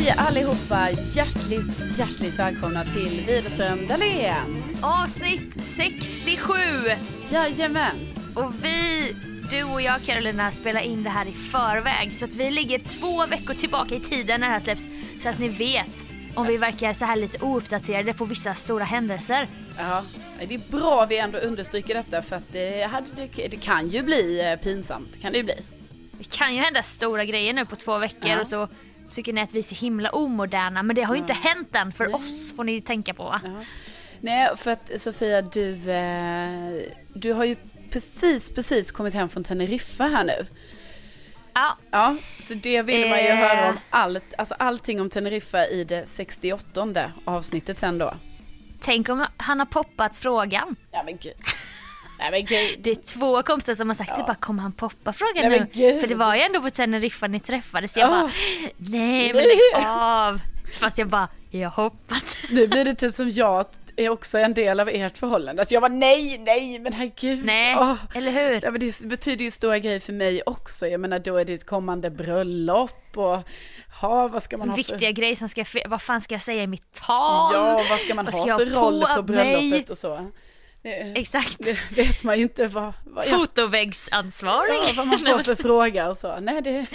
Hej allihopa, hjärtligt välkomna till Widerström Dahlén. Avsnitt 67. Jajamän. Och du och jag, Carolina, spelar in det här i förväg. Så att vi ligger 2 veckor tillbaka i tiden när det här släpps. Så att ni vet om vi verkar så här lite ouppdaterade på vissa stora händelser. Ja, det är bra vi ändå understryker detta. För att det kan ju bli pinsamt, kan det ju bli. Det kan ju hända stora grejer nu på 2 veckor och så tycker ni att vi är så himla omoderna. Men det har ju inte hänt än för oss, får ni tänka på, va? Ja. Nej, för att Sofia, du har ju precis kommit hem från Teneriffa här nu. Ja, så det vill man ju höra om allting om Teneriffa i det 68:e avsnittet sen då. Tänk om han har poppat frågan. Ja men gud. Nej, men gud. Det är 2 kompisar som har sagt det, bara kommer han poppa frågan nu? För det var ju ändå på Teneriffa ni träffades. Jag bara, nej men lägg av. Fast jag hoppas. Nu blir det typ som jag är också en del av ert förhållande. Att jag var nej, men herregud. Nej, eller hur? Ja, men det betyder ju stora grejer för mig också. Jag menar, då är det ett kommande bröllop och vad ska man ha för... Viktiga grejer som vad fan ska jag säga i mitt tal? Ja, vad ska man ha för roll på bröllopet och så? Exakt. Det vet man ju inte vad fotoväggsansvarig. Ja, vad man får för fråga och så. Nej.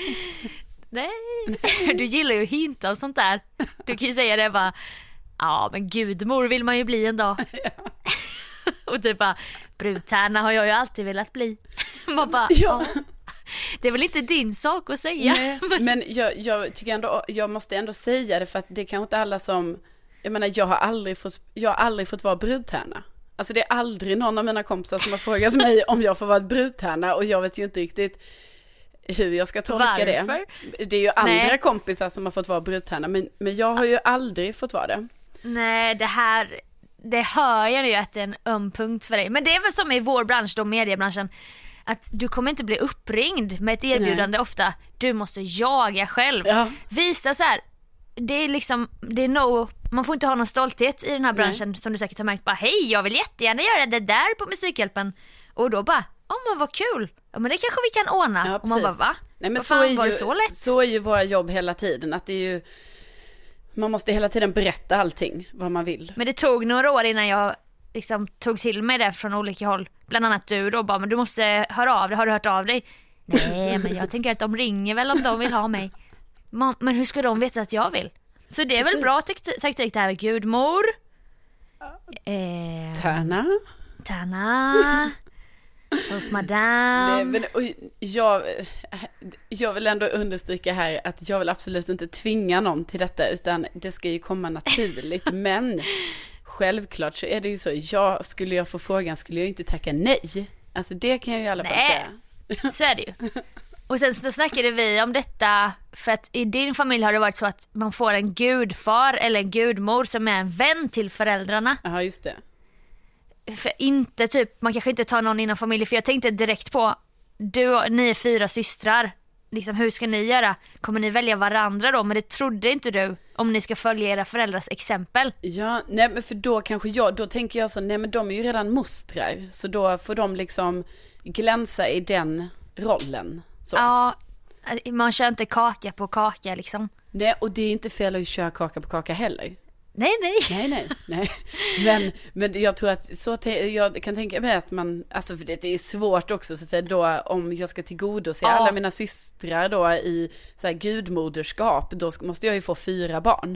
Du gillar ju att hinta och sånt där. Du kan ju säga det bara, ja men gudmor vill man ju bli en dag. Ja. Och typ bara, brudtärna har jag ju alltid velat bli. Man bara, ja. Det är väl inte din sak att säga. Nej, men jag tycker ändå, jag måste ändå säga det, för att det är kanske inte alla som, jag menar, jag har aldrig fått vara brudtärna. Alltså det är aldrig någon av mina kompisar som har frågat mig om jag får vara brudtärna, och jag vet ju inte riktigt hur jag ska tolka det. Det är ju andra kompisar som har fått vara brudtärna, men jag har ju aldrig fått vara det. Nej, det hör jag ju att det är en öm punkt för dig. Men det är väl som i vår bransch då, mediebranschen, att du kommer inte bli uppringd med ett erbjudande ofta. Du måste jaga själv. Ja. Visa så här, det är liksom, man får inte ha någon stolthet i den här branschen. Nej. Som du säkert har märkt, bara hej, jag vill jättegärna göra det där på Musikhjälpen. Och då bara, men vad kul. Ja, men det kanske vi kan ordna. Ja, och man bara, va? Nej, men så är ju våra jobb hela tiden. Att det är ju, man måste hela tiden berätta allting, vad man vill. Men det tog några år innan jag liksom tog till mig det från olika håll. Bland annat du då, bara, men du måste höra av dig. Har du hört av dig? Nej, men jag tänker att de ringer väl om de vill ha mig. Men hur ska de veta att jag vill? Så det är väl bra taktik det här. Gudmor. Tärna. Hos madame. Nej, men jag vill ändå understryka här att jag vill absolut inte tvinga någon till detta, utan det ska ju komma naturligt. Men självklart så är det ju så, skulle jag få frågan skulle jag inte tacka nej. Alltså det kan jag i alla fall säga. Så är det ju. Och sen så snackade vi om detta, för att i din familj har det varit så att man får en gudfar eller en gudmor som är en vän till föräldrarna. Ja, just det. För inte typ, man kanske inte tar någon inom familjen. För jag tänkte direkt på, ni är 4 systrar. Liksom, hur ska ni göra? Kommer ni välja varandra då? Men det trodde inte du, om ni ska följa era föräldrars exempel. Ja, nej, men för då kanske då tänker jag så, nej men de är ju redan mostrar. Så då får de liksom glänsa i den rollen. Så. Ja, man kör inte kaka på kaka liksom. Nej, och det är inte fel att köra kaka på kaka heller. Nej. Men jag tror att jag kan tänka mig att man, alltså för det är svårt också, så för då om jag ska tillgodose alla mina systrar då i så här gudmoderskap, då måste jag ju få 4 barn.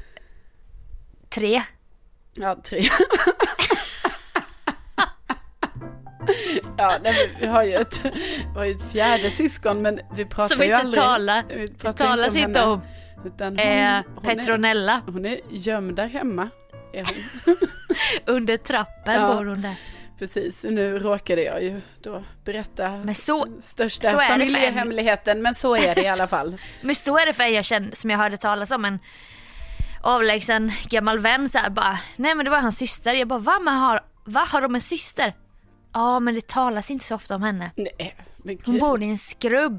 3. Ja, 3. Ja, vi har ju ett 4:e syskon, men vi pratar som ju aldrig. Vi talar inte om. Utan Petronella. Hon är gömd där hemma. Under trappen bor hon där. Precis, nu råkade jag ju då berätta men största familjehemligheten, men så är det i alla fall. Men så är det för jag kände, som jag hörde talas om en avlägsen gammal vän så här, bara, nej men det var hans syster. Jag bara, har de en syster? Ja, men det talas inte så ofta om henne. Nej, men hon bor i en skrubb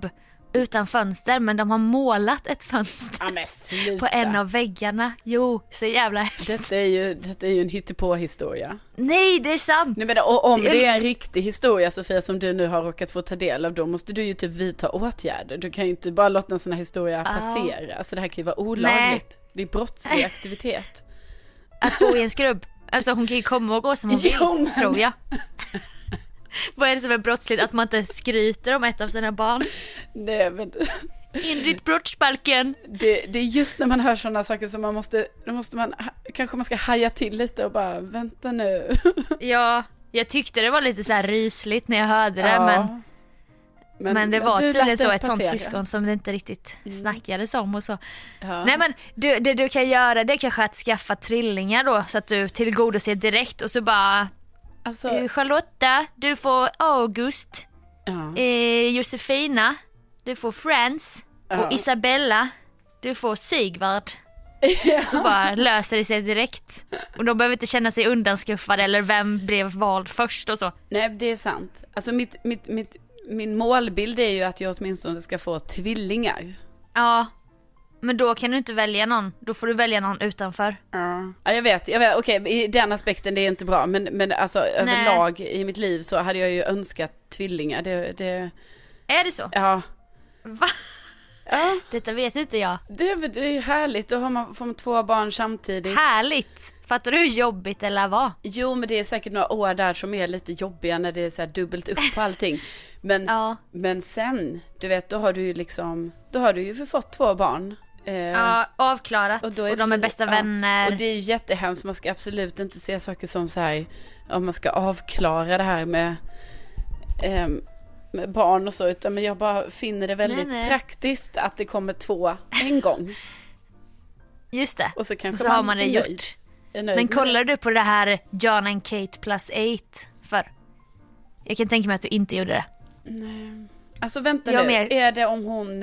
utan fönster, men de har målat ett fönster på en av väggarna. Jo, så jävla häftigt. Detta är ju en hittepå-historia. Nej, det är sant. Nej, men om det är en riktig historia, Sofia, som du nu har råkat få ta del av, då måste du ju typ vidta åtgärder. Du kan ju inte bara låta en sån här historia passera. Alltså det här kan ju vara olagligt. Nej. Det är brottslig aktivitet. Att bo i en skrubb. Alltså hon kan ju komma och gå som hon vill, tror jag. Vad är det som är brottsligt? Att man inte skryter om ett av sina barn? Nej, men... Enligt brottsbalken. Det är just när man hör sådana saker som kanske man ska haja till lite och bara, vänta nu. Ja, jag tyckte det var lite så här rysligt när jag hörde det, men det var tydligen så ett sånt syskon som det inte riktigt snackades om och så. Ja. Nej, men det du kan göra, det är kanske att skaffa trillingar då, så att du tillgodoser direkt och så bara... Alltså... Charlotta, du får August. Josefina, du får Frans. Och Isabella, du får Sigvard. Så bara löser det sig direkt. Och de behöver inte känna sig undanskuffade eller vem blev vald först och så. Nej, det är sant. Alltså min målbild är ju att jag åtminstone ska få tvillingar. Ja, men då kan du inte välja någon. Då får du välja någon utanför. Ja, jag vet. Okej, i den aspekten det är inte bra. Men alltså överlag i mitt liv så hade jag ju önskat tvillingar. Är det så? Ja. Va? Ja. Detta vet inte jag. Det är härligt. Då får man 2 barn samtidigt. Härligt. Fattar du hur jobbigt det lär vara? Jo, men det är säkert några år där som är lite jobbiga när det är så här dubbelt upp på allting. Men sen, du vet, då har du ju fått 2 barn. Avklarat. Och de är bästa vänner. Och det är ju jättehemskt. Man ska absolut inte se saker som så här, om man ska avklara det här med barn och så, utan men jag bara finner det väldigt praktiskt att det kommer 2 en gång. Just det. Och så har man det gjort. Men kollar du på det här John and Kate plus 8 för? Jag kan tänka mig att du inte gjorde det. Nej. Alltså vänta nu. Är det om hon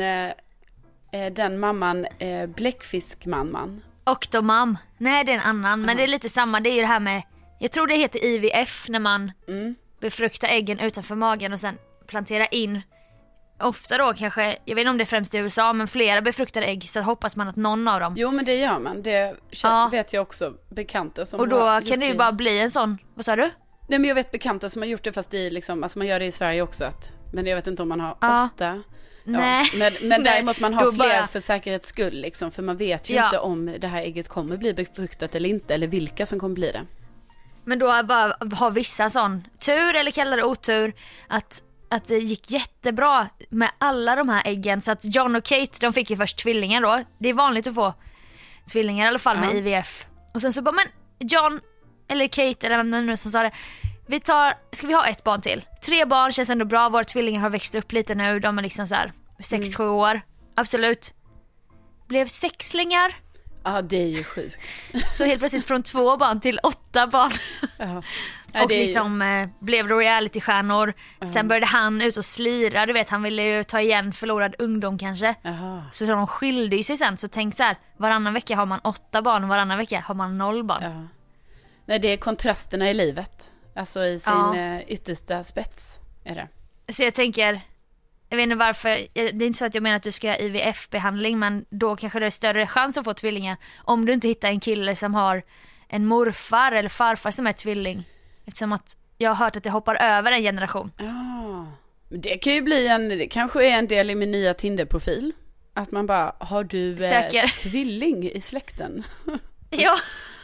den mamman bläckfiskmamman? Octomam. Nej, det är en annan. Men det är lite samma. Det är ju det här med, jag tror det heter IVF, när man befruktar äggen utanför magen och sen plantera in, ofta då kanske, jag vet inte om det är främst i USA, men flera befruktade ägg, så hoppas man att någon av dem. Jo, men det gör man. Det vet jag också bekanta som. Och då kan det ju bara bli en sån, vad sa du? Nej, men jag vet bekanta som har gjort det, fast i liksom, alltså man gör det i Sverige också, men jag vet inte om man har 8. Nej. Men däremot man har fler för säkerhets skull liksom, för man vet ju inte om det här ägget kommer bli befruktat eller inte, eller vilka som kommer bli det. Men då bara har vissa sån tur, eller kallar det otur, att det gick jättebra med alla de här äggen, så att John och Kate, de fick ju först tvillingar då. Det är vanligt att få tvillingar i alla fall med IVF. Och sen så bara, men John eller Kate eller vem nu som sa det, ska vi ha 1 barn till? 3 barn känns ändå bra, våra tvillingar har växt upp lite nu, de är liksom så här 6-7 år. Absolut. Blev 6-lingar. Ja, det är ju sjukt. Så helt plötsligt från 2 barn till 8 barn. Ja. Och liksom blev reality-stjärnor. Sen började han ut och slira. Du vet, han ville ju ta igen förlorad ungdom kanske. Så de skilde sig sen. Så tänk så här, varannan vecka har man 8 barn och varannan vecka har man 0 barn. Nej, det är kontrasterna i livet. Alltså i sin yttersta spets är det. Så jag tänker, jag vet inte varför, det är inte så att jag menar att du ska ha IVF-behandling, men då kanske det är större chans att få tvillingar om du inte hittar en kille som har en morfar eller farfar som är tvilling. Eftersom att jag har hört att det hoppar över en generation. Ja, det kan ju bli det kanske är en del i min nya Tinder-profil. Att man bara, har du tvilling i släkten? Ja.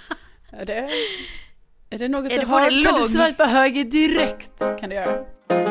Är det något du har? Kan du swipa höger direkt? Kan du göra?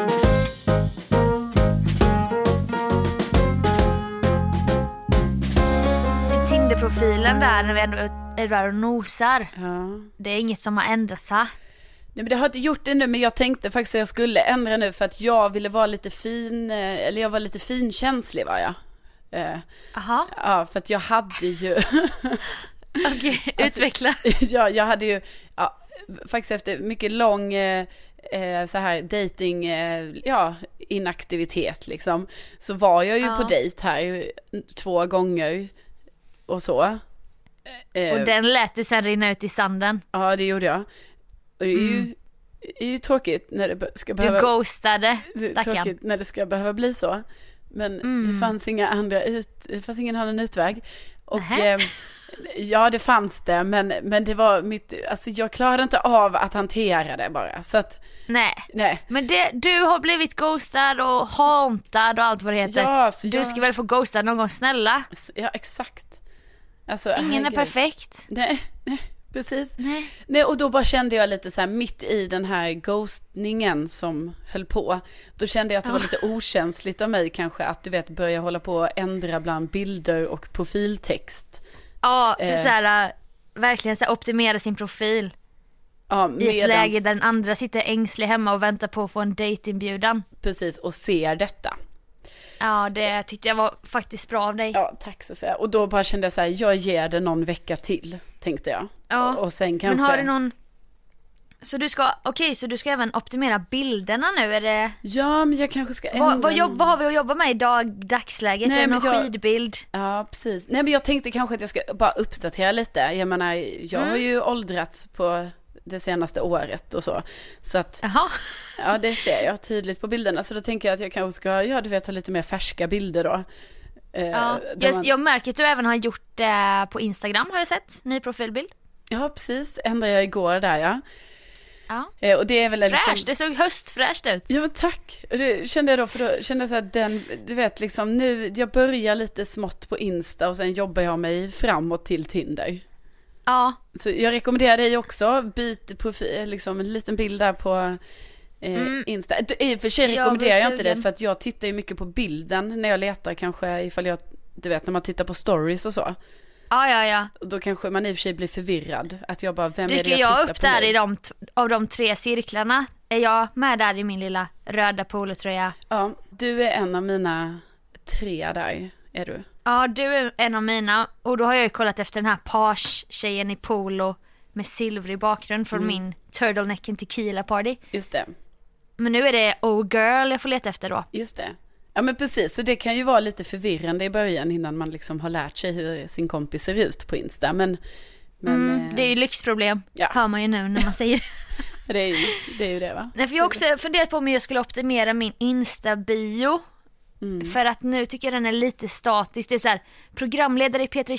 Tinder-profilen där, när vi ändå är där och nosar. Det är inget som har ändrats, va? Nej, men det har inte gjort det nu, men jag tänkte faktiskt att jag skulle ändra nu för att jag ville vara lite fin, eller jag var lite finkänslig, var jag. Aha. Ja, för att jag hade ju Okej, utveckla. Ja, jag hade ju faktiskt efter mycket lång så här dating inaktivitet liksom, så var jag ju på dejt här 2 gånger och så. Och den lät du sen rinna ut i sanden. Ja, det gjorde jag. Och det är ju tråkigt när det ska behöva... Du ghostade, stackarn. Tråkigt när det ska behöva bli så. Men det fanns det fanns ingen annan utväg. Och ja, det fanns det, men det var alltså jag klarade inte av att hantera det bara. Så att Nej. Men du har blivit ghostad och hantad och allt vad det heter. Ja, du ska väl få ghostad någon gång, snälla. Ja, exakt. Alltså, ingen är perfekt. Nej, precis. Nej, och då bara kände jag lite så här mitt i den här ghostningen som höll på. Då kände jag att det var lite okänsligt av mig kanske att du vet börja hålla på och ändra bland bilder och profiltext. Ja, så här, verkligen så här, optimera sin profil. Ja, i ett läge där den andra sitter ängslig hemma och väntar på att få en dejtinbjudan. Precis, och ser detta. Ja, det tyckte jag var faktiskt bra av dig. Ja, tack Sofia. Och då bara kände jag så här, jag ger det någon vecka till, tänkte jag. Ja, och sen kanske... men har du någon... Så du ska även optimera bilderna nu, är det... Ja, men jag kanske ska... Vad har vi att jobba med i dagsläget? Nej, är det någon skidbild? Ja, precis. Nej, men jag tänkte kanske att jag ska bara uppdatera lite. Jag menar, jag har ju åldrats på det senaste året och så. Så att... Jaha. Ja, det ser jag tydligt på bilderna. Så då tänker jag att jag kanske ska, ha lite mer färska bilder då. Ja, jag märker att du även har gjort det på Instagram, har jag sett. Ny profilbild. Ja, precis. Ändrade jag igår där, ja. Ja. Och det är väl fräscht, liksom... det såg höstfräscht ut. Ja, tack. Och det kände jag då, för då kände jag så här, du vet liksom nu, jag börjar lite smått på Insta och sen jobbar jag mig framåt till Tinder. Ja. Så jag rekommenderar dig också, byt profil, liksom en liten bild där på Insta. I och för sig rekommenderar jag inte det, för att jag tittar ju mycket på bilden när jag letar, kanske ifall jag, du vet, när man tittar på stories och så. Ja. Då kanske man i och för sig blir förvirrad. Att jag bara, vem är det jag tittar tittar upp där av de 3 cirklarna? Är jag med där i min lilla röda polotröja? Ja, du är en av mina 3 där, är du. Ja, du är en av mina. Och då har jag ju kollat efter den här page-tjejen i polo med silvrig bakgrund från min Turtleneck and Tequila Party. Just det. Men nu är det Oh Girl jag får leta efter då. Just det. Ja, men precis, så det kan ju vara lite förvirrande i början innan man liksom har lärt sig hur sin kompis ser ut på Insta. Men det är ju lyxproblem, hör man ju nu när man säger det är ju det, va? Nej, för jag har också funderat på om jag skulle optimera min Insta-bio. För att nu tycker jag den är lite statisk. Det är så här, programledare i Petri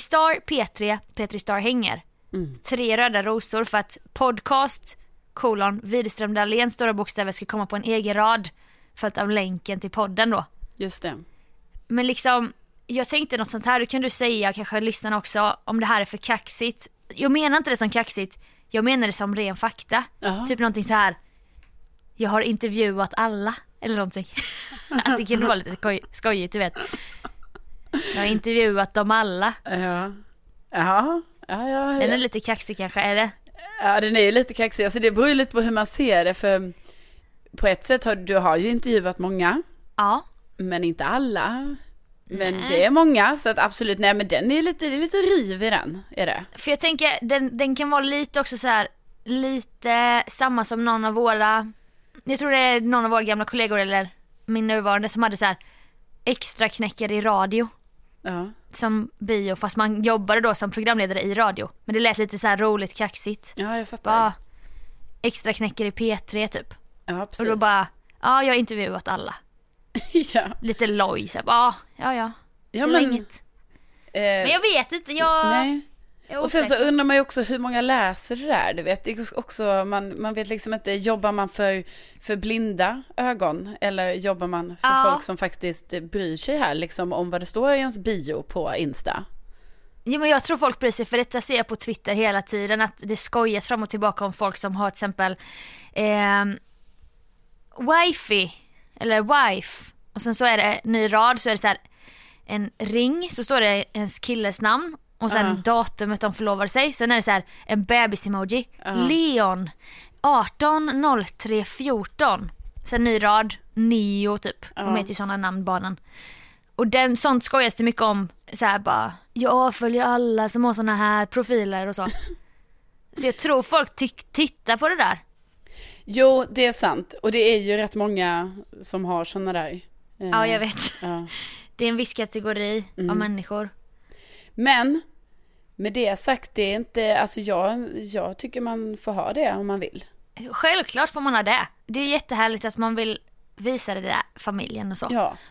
Star hänger. 3 röda rosor för att podcast Widerström Dahlén stora bokstäver ska komma på en egen rad, följt av länken till podden då. Just det. Men liksom, jag tänkte något sånt här, du kan du säga, kanske lyssnarna också, om det här är för kaxigt. Jag menar inte det som kaxigt, jag menar det som ren fakta. Typ någonting så här, jag har intervjuat alla, eller någonting. Att det kan vara lite skojigt, du vet. Jag har intervjuat dem alla. Ja. Den är lite kaxig kanske, är det? Ja, den är ju lite kaxig. Alltså det beror ju lite på hur man ser det, för på ett sätt har du ju intervjuat många. Ja. Men inte alla. Men det är många, så att absolut, nej, men det är lite riv i den, är det. För jag tänker, den kan vara lite också så här, lite samma som någon av våra, jag tror det är någon av våra gamla kollegor eller min nuvarande som hade så här extra knäckare i radio. Ja. Som bio, fast man jobbade då som programledare i radio. Men det lät lite så här roligt, kaxigt. Ja, jag fattar. Extra knäckare i P3 typ. Ja, precis. Och då bara, jag har intervjuat alla. Ja. Lite loj, så ja. Det var inget. Men jag vet inte, nej. Och sen så undrar man ju också hur många läser det där, du vet. Det är också, man vet liksom inte, jobbar man för blinda ögon eller jobbar man för folk som faktiskt bryr sig här liksom om vad det står i ens bio på Insta? Ja, men jag tror folk bryr sig, för detta ser jag på Twitter hela tiden, att det skojas fram och tillbaka om folk som har till exempel wifi eller wife, och sen så är det ny rad, så är det så här en ring, så står det ens killes namn och sen datumet de förlovar sig. Sen är det så här en bebis-emoji. Leon 180314. Sen ny rad Neo typ. De heter ju sådana namn, barnen. Och sånt skojas det mycket om. Så här bara, jag följer alla som har såna här profiler och så. Så jag tror folk tittar på det där. Jo, det är sant. Och det är ju rätt många som har såna där. Ja, jag vet. Det är en viss kategori av människor. Men med det sagt, det är inte, alltså jag tycker man får ha det om man vill. Självklart får man ha det. Det är jättehärligt att man vill visa det där familjen och så. Ja. Men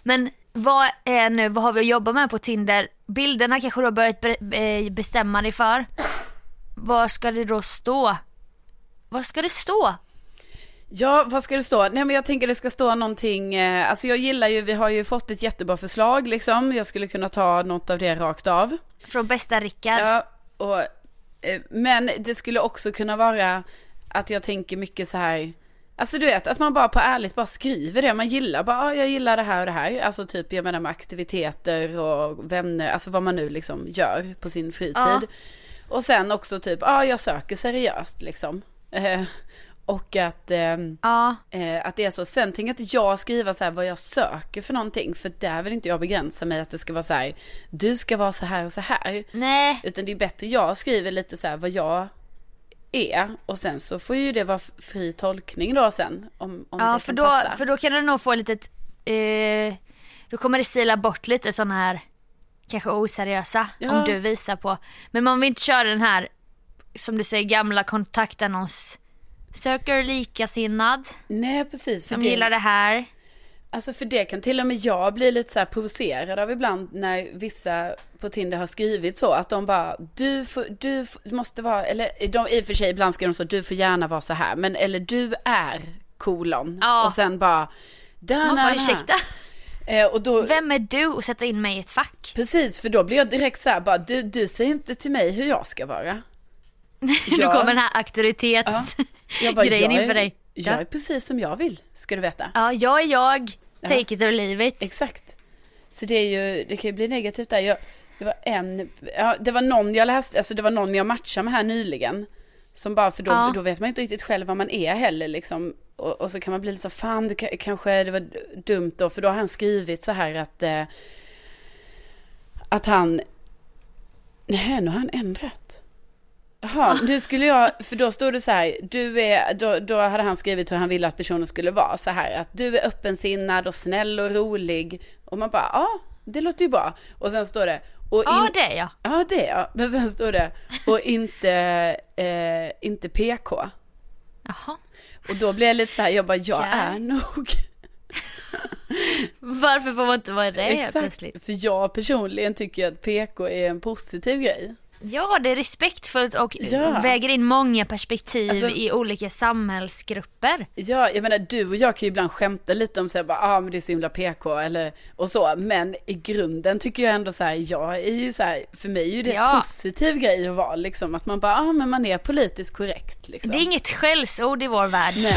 vad har vi att jobba med på Tinder? Bilderna kanske du har börjat bestämma dig för. Vad ska det då stå? Vad ska det stå? Ja, vad ska det stå? Nej, men jag tänker det ska stå någonting, alltså jag gillar ju, vi har ju fått ett jättebra förslag liksom. Jag skulle kunna ta något av det rakt av. Från bästa Rickard. Ja, men det skulle också kunna vara att jag tänker mycket så här, alltså du vet, att man bara på ärligt bara skriver det man gillar. Bara, jag gillar det här och det här. Alltså typ, jag menar med aktiviteter och vänner, alltså vad man nu liksom gör på sin fritid. Ja. Och sen också typ, jag söker seriöst liksom. Och att det är så. Sen tänker jag att jag skriver så här vad jag söker för någonting. För där vill inte jag begränsa mig att det ska vara så här, du ska vara så här och så här. Nej. Utan det är bättre jag skriver lite så här vad jag är. Och sen så får ju det vara fri tolkning då sen. Om det kan passa. För då kan du nog få lite då kommer det stila bort lite sådana här kanske oseriösa om du visar på. Men man vill inte köra den här, som du säger, gamla kontaktannons. Söker likasinnad. Nej, precis. För som gillar det här. Alltså för det kan till och med jag bli lite så här provocerad av ibland när vissa på Tinder har skrivit så. Att de bara, du måste vara, eller de, i och för sig ibland skriver de så, du får gärna vara så här. Men, eller du är kolon. Ja. Och sen bara, ursäkta. Och då, vem är du att sätta in mig i ett fack? Precis, för då blir jag direkt så här, bara, du säger inte till mig hur jag ska vara. Då kommer den här auktoritetsgrejen inför dig. Jag är precis som jag vill, ska du veta. Ja, jag är jag. Take it or leave it. Exakt. Så det är ju, det kan ju bli negativt där. Det var någon jag läste, alltså det var någon jag matchade med här nyligen. Som bara, för då vet man inte riktigt själv vad man är heller liksom. Och så kan man bli lite så, fan, kanske det var dumt då. För då har han skrivit så här att han, nej, nu har han ändrat. Jaha, nu skulle jag, för då stod det så här, då hade han skrivit hur han ville att personen skulle vara, så här, att du är öppensinnad och snäll och rolig. Och man bara, det låter ju bra. Och sen står det, det är jag. Ja, det är jag. Men sen står det, och inte PK. Jaha. Och då blev jag lite så här, jag bara, är nog. Varför får man inte vara det? Exakt, plötsligt? för jag personligen tycker att PK är en positiv grej. Ja, det är respektfullt och väger in många perspektiv i olika samhällsgrupper. Ja, jag menar, du och jag kan ju ibland skämta lite om så här, bara, men det är så himla PK eller, och så. Men i grunden tycker jag ändå så här, jag är ju så här, för mig är ju det en positiv grej att vara liksom, att man bara, men man är politiskt korrekt liksom. Det är inget skällsord i vår värld. Nej.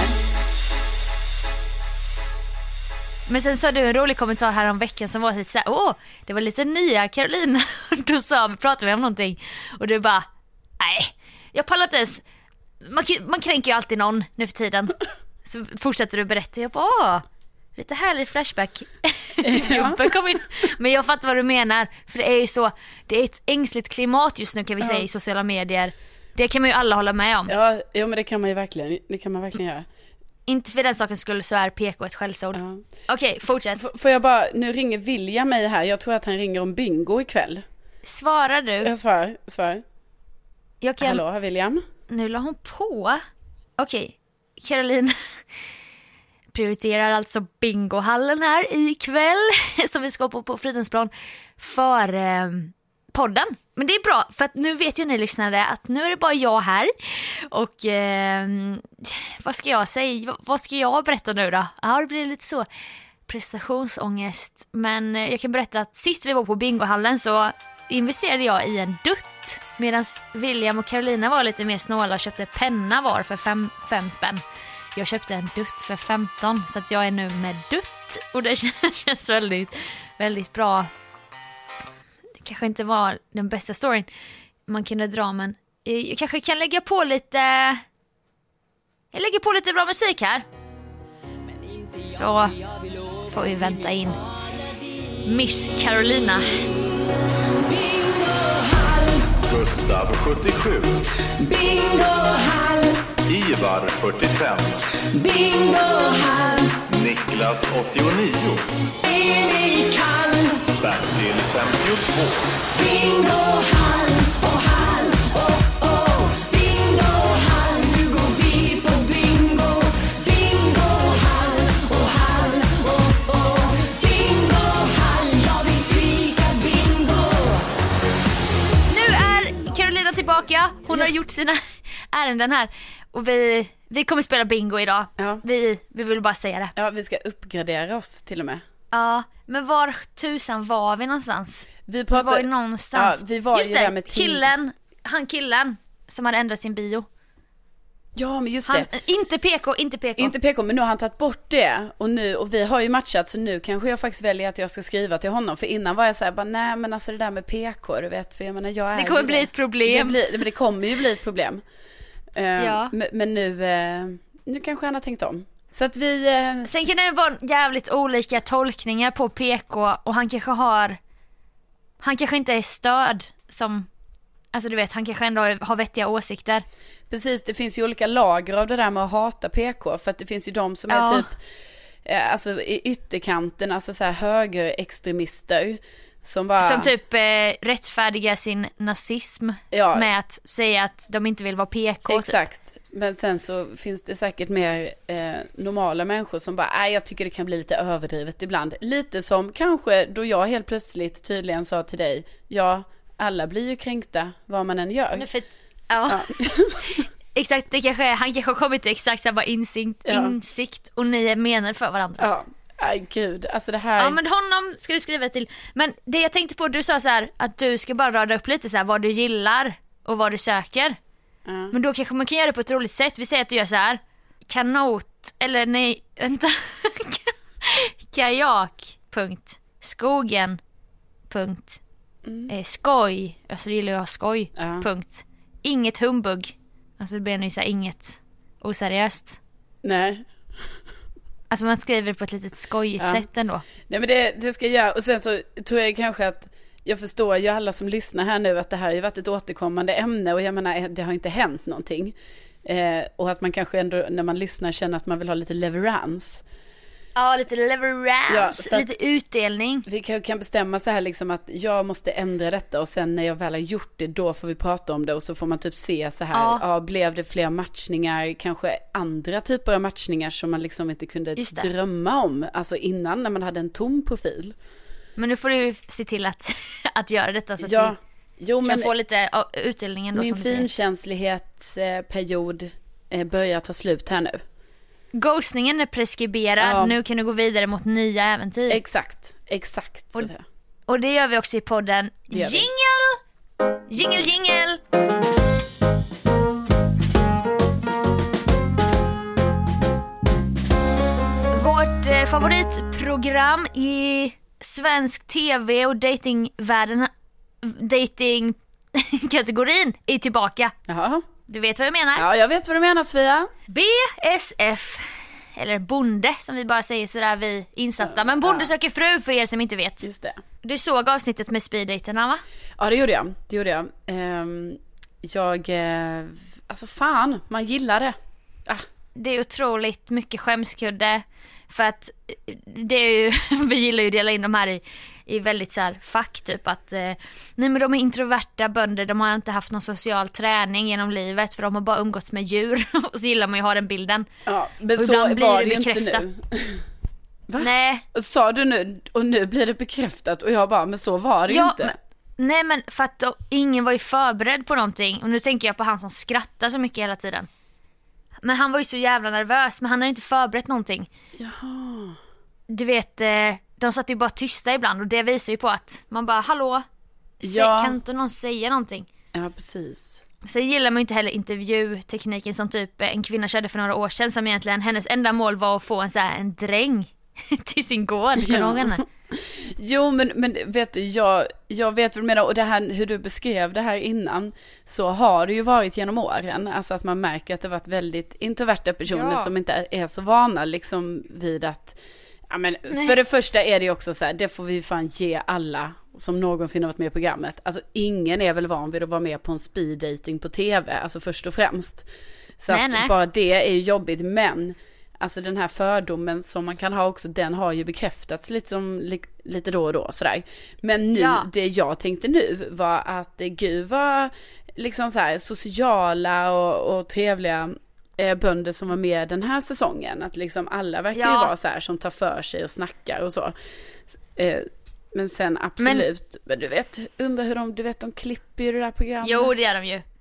Men sen sa du en rolig kommentar här om veckan som var lite så här, det var lite nya Carolina. Då pratade vi om någonting. Och du bara, nej, jag pallar inte ens. Man kränker ju alltid någon nu för tiden. Så fortsätter du berätta. Jag bara, lite härlig flashback. Gubben kom in. Men jag fattar vad du menar. För det är ju så, det är ett ängsligt klimat just nu kan vi säga i sociala medier. Det kan man ju alla hålla med om. Ja, men det kan man ju verkligen. Det kan man verkligen göra. Inte för den saken skulle så är PK ett skällsord. Okej, fortsätt. Får jag bara, nu ringer William mig här. Jag tror att han ringer om bingo ikväll. Svarar du? Jag svarar. Hallå, William. Nu la hon på. Okej, Caroline prioriterar alltså bingohallen här ikväll som vi ska på Fridhemsplan för podden. Men det är bra, för att nu vet ju ni lyssnare att nu är det bara jag här. Och vad ska jag säga? Vad ska jag berätta nu då? Ja, det blir lite så prestationsångest. Men jag kan berätta att sist vi var på bingohallen så investerade jag i en dutt. Medan William och Carolina var lite mer snåla och köpte penna var för 5 spänn. Jag köpte en dutt för 15, så att jag är nu med dutt. Och det känns väldigt, väldigt bra. Kanske inte var den bästa storyn man kunde dra, men jag kanske kan lägga på lite. Jag lägger på lite bra musik här. Så får vi vänta in Miss Carolina. Gustav 77. Bingohall. Ivar 45. Bingohall. Niklas 89. Emil Kall. Bertil 52. Bingohall och hall och bingohall. Nu går vi på bingo. Bingohall och hall och bingohall. har gjort sina ärenden här. Och vi kommer spela bingo idag. Ja. Vi vill bara säga det. Ja, vi ska uppgradera oss till och med. Ja, men var tusan var vi någonstans? Vi var ju någonstans. Ja, vi var just ju det, där med killen som hade ändrat sin bio. Ja, men just det. Inte PK, men nu har han tagit bort det. Och vi har ju matchat, så nu kanske jag faktiskt väljer att jag ska skriva till honom. För innan var jag så här, bara, nej men alltså det där med PK, du vet. För jag menar, jag är det kommer bli ett problem. Det kommer ju bli ett problem. Ja. Men nu kanske han har tänkt om. Så att vi... Sen kan det vara jävligt olika tolkningar på PK. Och han kanske inte är stöd som... Alltså du vet, han kanske ändå har vettiga åsikter. Precis, det finns ju olika lager av det där med att hata PK. För att det finns ju de som är typ alltså i ytterkanten, alltså så här högerextremister som typ rättfärdigar sin nazism med att säga att de inte vill vara PK. Exakt, typ. Men sen så finns det säkert mer normala människor som bara, jag tycker det kan bli lite överdrivet ibland. Lite som kanske då jag helt plötsligt tydligen sa till dig, alla blir ju kränkta vad man än gör. Ja. Exakt, han kanske har kommit till exakt samma insikt och ni är menade för varandra. Ja, aj gud, alltså det här... Ja, men honom ska du skriva till. Men det jag tänkte på, du sa så här att du ska bara rada upp lite så här vad du gillar och vad du söker. Men då kanske man kan göra det på ett roligt sätt. Vi säger att du gör så här kajak. Skogen. Skoj. Alltså det gillar jag skoj. Punkt. Inget humbug. Alltså det blir nu så här inget oseriöst. Nej. Alltså man skriver det på ett litet skojigt sätt ändå. Nej, men det ska jag göra. Och sen så tror jag kanske att jag förstår ju alla som lyssnar här nu att det här har ju varit ett återkommande ämne. Och jag menar, det har inte hänt någonting. Och att man kanske ändå när man lyssnar känner att man vill ha lite leverans. Ja, lite leverance, lite utdelning. Vi kan bestämma så här liksom att jag måste ändra detta och sen när jag väl har gjort det, då får vi prata om det och så får man typ se så här, blev det fler matchningar, kanske andra typer av matchningar som man liksom inte kunde drömma om, alltså innan när man hade en tom profil. Men nu får du se till att göra detta så att vi kan få lite utdelningen då, min som du säger. Min finkänslighetsperiod börjar ta slut här nu. Ghostningen är preskriberad. Nu kan du gå vidare mot nya äventyr. Exakt. Och det gör vi också i podden. Jingle. Vårt favoritprogram i svensk tv och datingkategorin är tillbaka. Jaha. Du vet vad jag menar? Ja, jag vet vad du menar, Sofia. BSF, eller bonde som vi bara säger sådär, vi insatta. Men bonde söker fru för er som inte vet. Just det. Du såg avsnittet med speeddaterna, va? Ja, det gjorde jag. Alltså fan, man gillar det. Det är otroligt mycket skämskudde. För att det är ju, vi gillar ju att dela in de här i väldigt så här fack typ att nej men de är introverta bönder, de har inte haft någon social träning genom livet för de har bara umgåtts med djur och så gillar man ju att ha den bilden. Ja, men och så blir det bekräftat. Inte nu. Va? Nej. Och sa du nu och nu blir det bekräftat och jag bara, men så var det inte. Nej men för att ingen var ju förberedd på någonting och nu tänker jag på han som skrattar så mycket hela tiden. Men han var ju så jävla nervös, men han hade inte förberett någonting. Jaha. Du vet, de satt ju bara tysta ibland och det visar ju på att man bara, hallå, kan inte någon säga någonting? Ja, precis. Så gillar man ju inte heller intervjutekniken som typ en kvinna körde för några år sedan som egentligen, hennes enda mål var att få en dräng till sin gård. Jo, men vet du, jag vet vad du menar. Och det här, hur du beskrev det här innan, så har det ju varit genom åren. Alltså att man märker att det varit väldigt introverta personer som inte är så vana liksom vid att... Ja, men för det första är det ju också så här, det får vi fan ge alla som någonsin har varit med i programmet. Alltså ingen är väl van vid att vara med på en speeddating på tv, alltså först och främst. Så att bara det är ju jobbigt, men... Alltså den här fördomen som man kan ha också, den har ju bekräftats lite då och då sådär. Men nu, det jag tänkte nu var att Gud var liksom så här sociala och trevliga bönder som var med den här säsongen. Att liksom alla verkar ju vara så här som tar för sig och snackar och så. Men sen absolut, men du vet, undrar hur de klipper ju det där programmet. Jo, det gör de ju.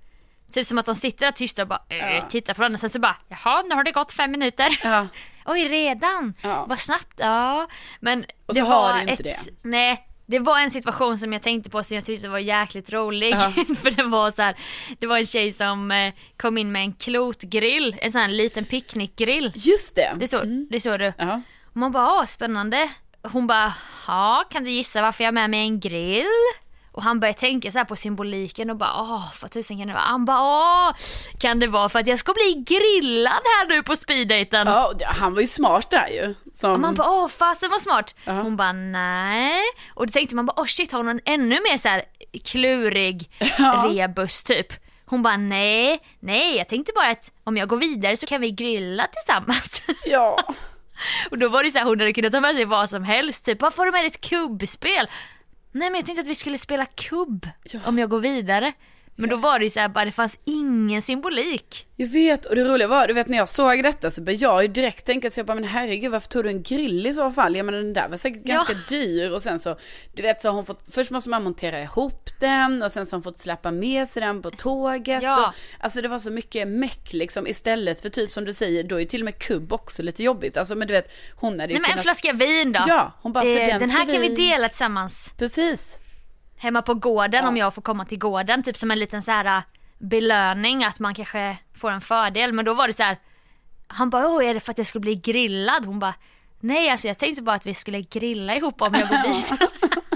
Typ som att de sitter där tysta och bara tittar på varandra. Sen så bara, jaha, nu har det gått 5 minuter. Ja. Oj, redan? Ja. Vad snabbt. Ja. Men och så det har var du inte det. Nej, det var en situation som jag tänkte på som jag tyckte var jäkligt rolig. För det var så här, det var en tjej som kom in med en klotgrill, en sån här liten picknickgrill. Just det. Det såg du. Ja. Och man bara, spännande. Hon bara, ja, kan du gissa varför jag har med mig en grill? Och han började tänka så här på symboliken och bara, vad tusen kan det vara? Han bara, kan det vara för att jag ska bli grillad här nu på speeddaten? Ja, han var ju smart där ju. Och man bara, fasen var smart. Hon bara, nej. Och då tänkte man bara, shit, har hon en ännu mer så här klurig rebus typ? Hon bara, nej, jag tänkte bara att om jag går vidare så kan vi grilla tillsammans. Ja. Och då var det så här, hon hade kunnat ta med sig vad som helst. Typ, varför har du med ett kubbspel? Nej, men jag tänkte att vi skulle spela kubb om jag går vidare. Men då var det ju så här, bara det fanns ingen symbolik. Jag vet, och det roliga var, du vet när jag såg detta så började jag ju direkt tänka så jag bara, men herregud, varför tog du en grill i så fall? Jag menar, den där var säkert ganska dyr. Och sen så, du vet, så har hon fått, först måste man montera ihop den och sen så har hon fått släppa med sig den på tåget. Ja. Och, alltså det var så mycket meck liksom, istället för typ som du säger, då är ju till och med kubb också lite jobbigt. Alltså men du vet, hon hade ju men en flaska vin då? Ja, hon bara, för den här kan vi dela tillsammans. Precis. Hemma på gården, om jag får komma till gården, typ som en liten så här belöning att man kanske får en fördel. Men då var det så här, han bara, är det för att jag skulle bli grillad? Hon bara, nej, alltså jag tänkte bara att vi skulle grilla ihop om jag går vidare.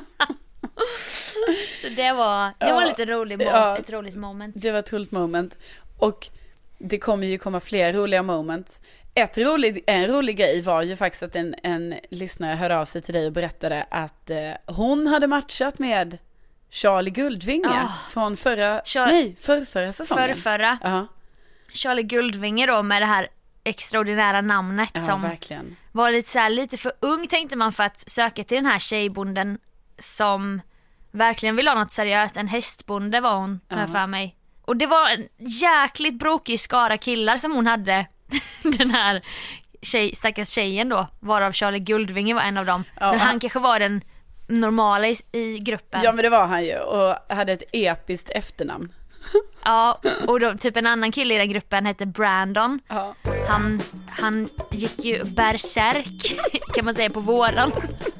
Så det var lite rolig ett roligt moment. Det var ett roligt moment. Och det kommer ju komma fler roliga moments. En rolig grej var ju faktiskt att en lyssnare hörde av sig till dig och berättade att hon hade matchat med Charlie Guldvinge från förrförra säsongen. Förrförra. Charlie Guldvinge då med det här extraordinära namnet som verkligen var lite för ung, tänkte man, för att söka till den här tjejbonden som verkligen vill ha något seriöst. En hästbonde var hon, för mig. Och det var en jäkligt brokig skara killar som hon hade. Den här stackars tjejen då, varav Charlie Guldvinge var en av dem. Men han kanske var den normala i gruppen. Ja, men det var han ju, och hade ett episkt efternamn. Ja, och då, typ en annan kille i den gruppen hette Brandon. Han gick ju berserk kan man säga på våran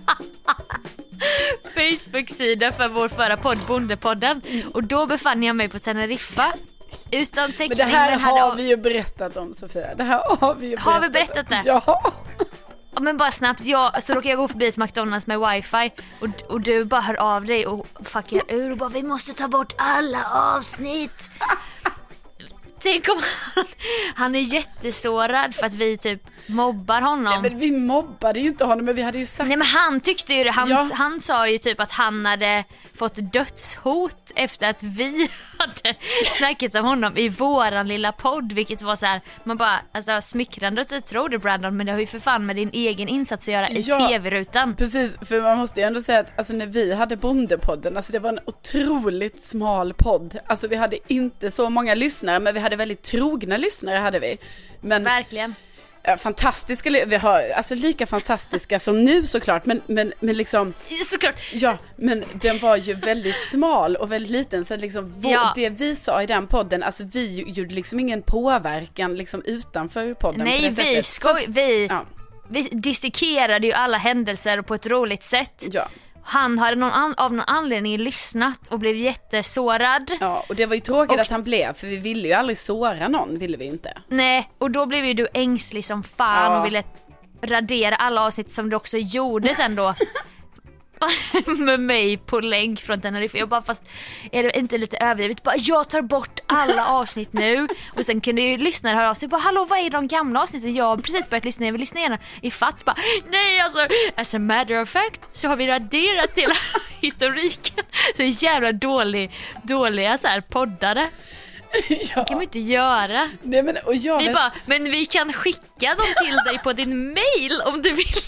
Facebook-sida för vår förra podd, Bondepodden. Och då befann jag mig på Teneriffa utan täckning. Men det här har vi ju berättat om, Sofia. Det här har vi ju berättat. Har vi berättat det? Ja. Men bara snabbt, så råkar jag gå förbi ett McDonalds med wifi och du bara hör av dig och fuckar ur och bara, vi måste ta bort alla avsnitt. Tänk om han är jättesårad för att vi typ mobbar honom. Nej, men vi mobbade ju inte honom, men vi hade ju sagt... Nej, men han tyckte ju det. Han sa ju typ att han hade fått dödshot efter att vi hade snackat om honom i våran lilla podd, vilket var så här, man bara, alltså smickrande att tro det, Brandon, men det har ju för fan med din egen insats att göra i tv-rutan. Precis, för man måste ju ändå säga att alltså, när vi hade Bondepodden, alltså det var en otroligt smal podd. Alltså vi hade inte så många lyssnare, men vi hade väldigt trogna lyssnare hade vi. Men verkligen. Fantastiska, vi har alltså lika fantastiska som nu såklart, men liksom såklart. Ja, men den var ju väldigt smal och väldigt liten, så liksom det vi sa i den podden, alltså vi gjorde liksom ingen påverkan liksom utanför podden. Nej, vi dissekerade ju alla händelser på ett roligt sätt. Ja. Han hade av någon anledning lyssnat och blev jättesårad. Ja, och det var ju tråkigt att han blev, för vi ville ju aldrig såra någon, ville vi inte. Nej, och då blev ju du ängslig som fan och ville radera alla avsnitt som du också gjorde sen då. Med mig på länk från Tenerife. Jag bara, fast är det inte lite överdrivet? Bara, jag tar bort alla avsnitt nu. Och sen kunde ju lyssnare höra av sig. Bara, hallå, vad är de gamla avsnitten? Jag har precis börjat lyssna. Jag vill lyssna igen i fatt. Bara, nej, alltså, as a matter of fact så har vi raderat hela historiken. Så jävla dåliga så här poddare. Ja. Det kan man inte göra. Nej, men vi kan skicka dem till dig på din mail om du vill.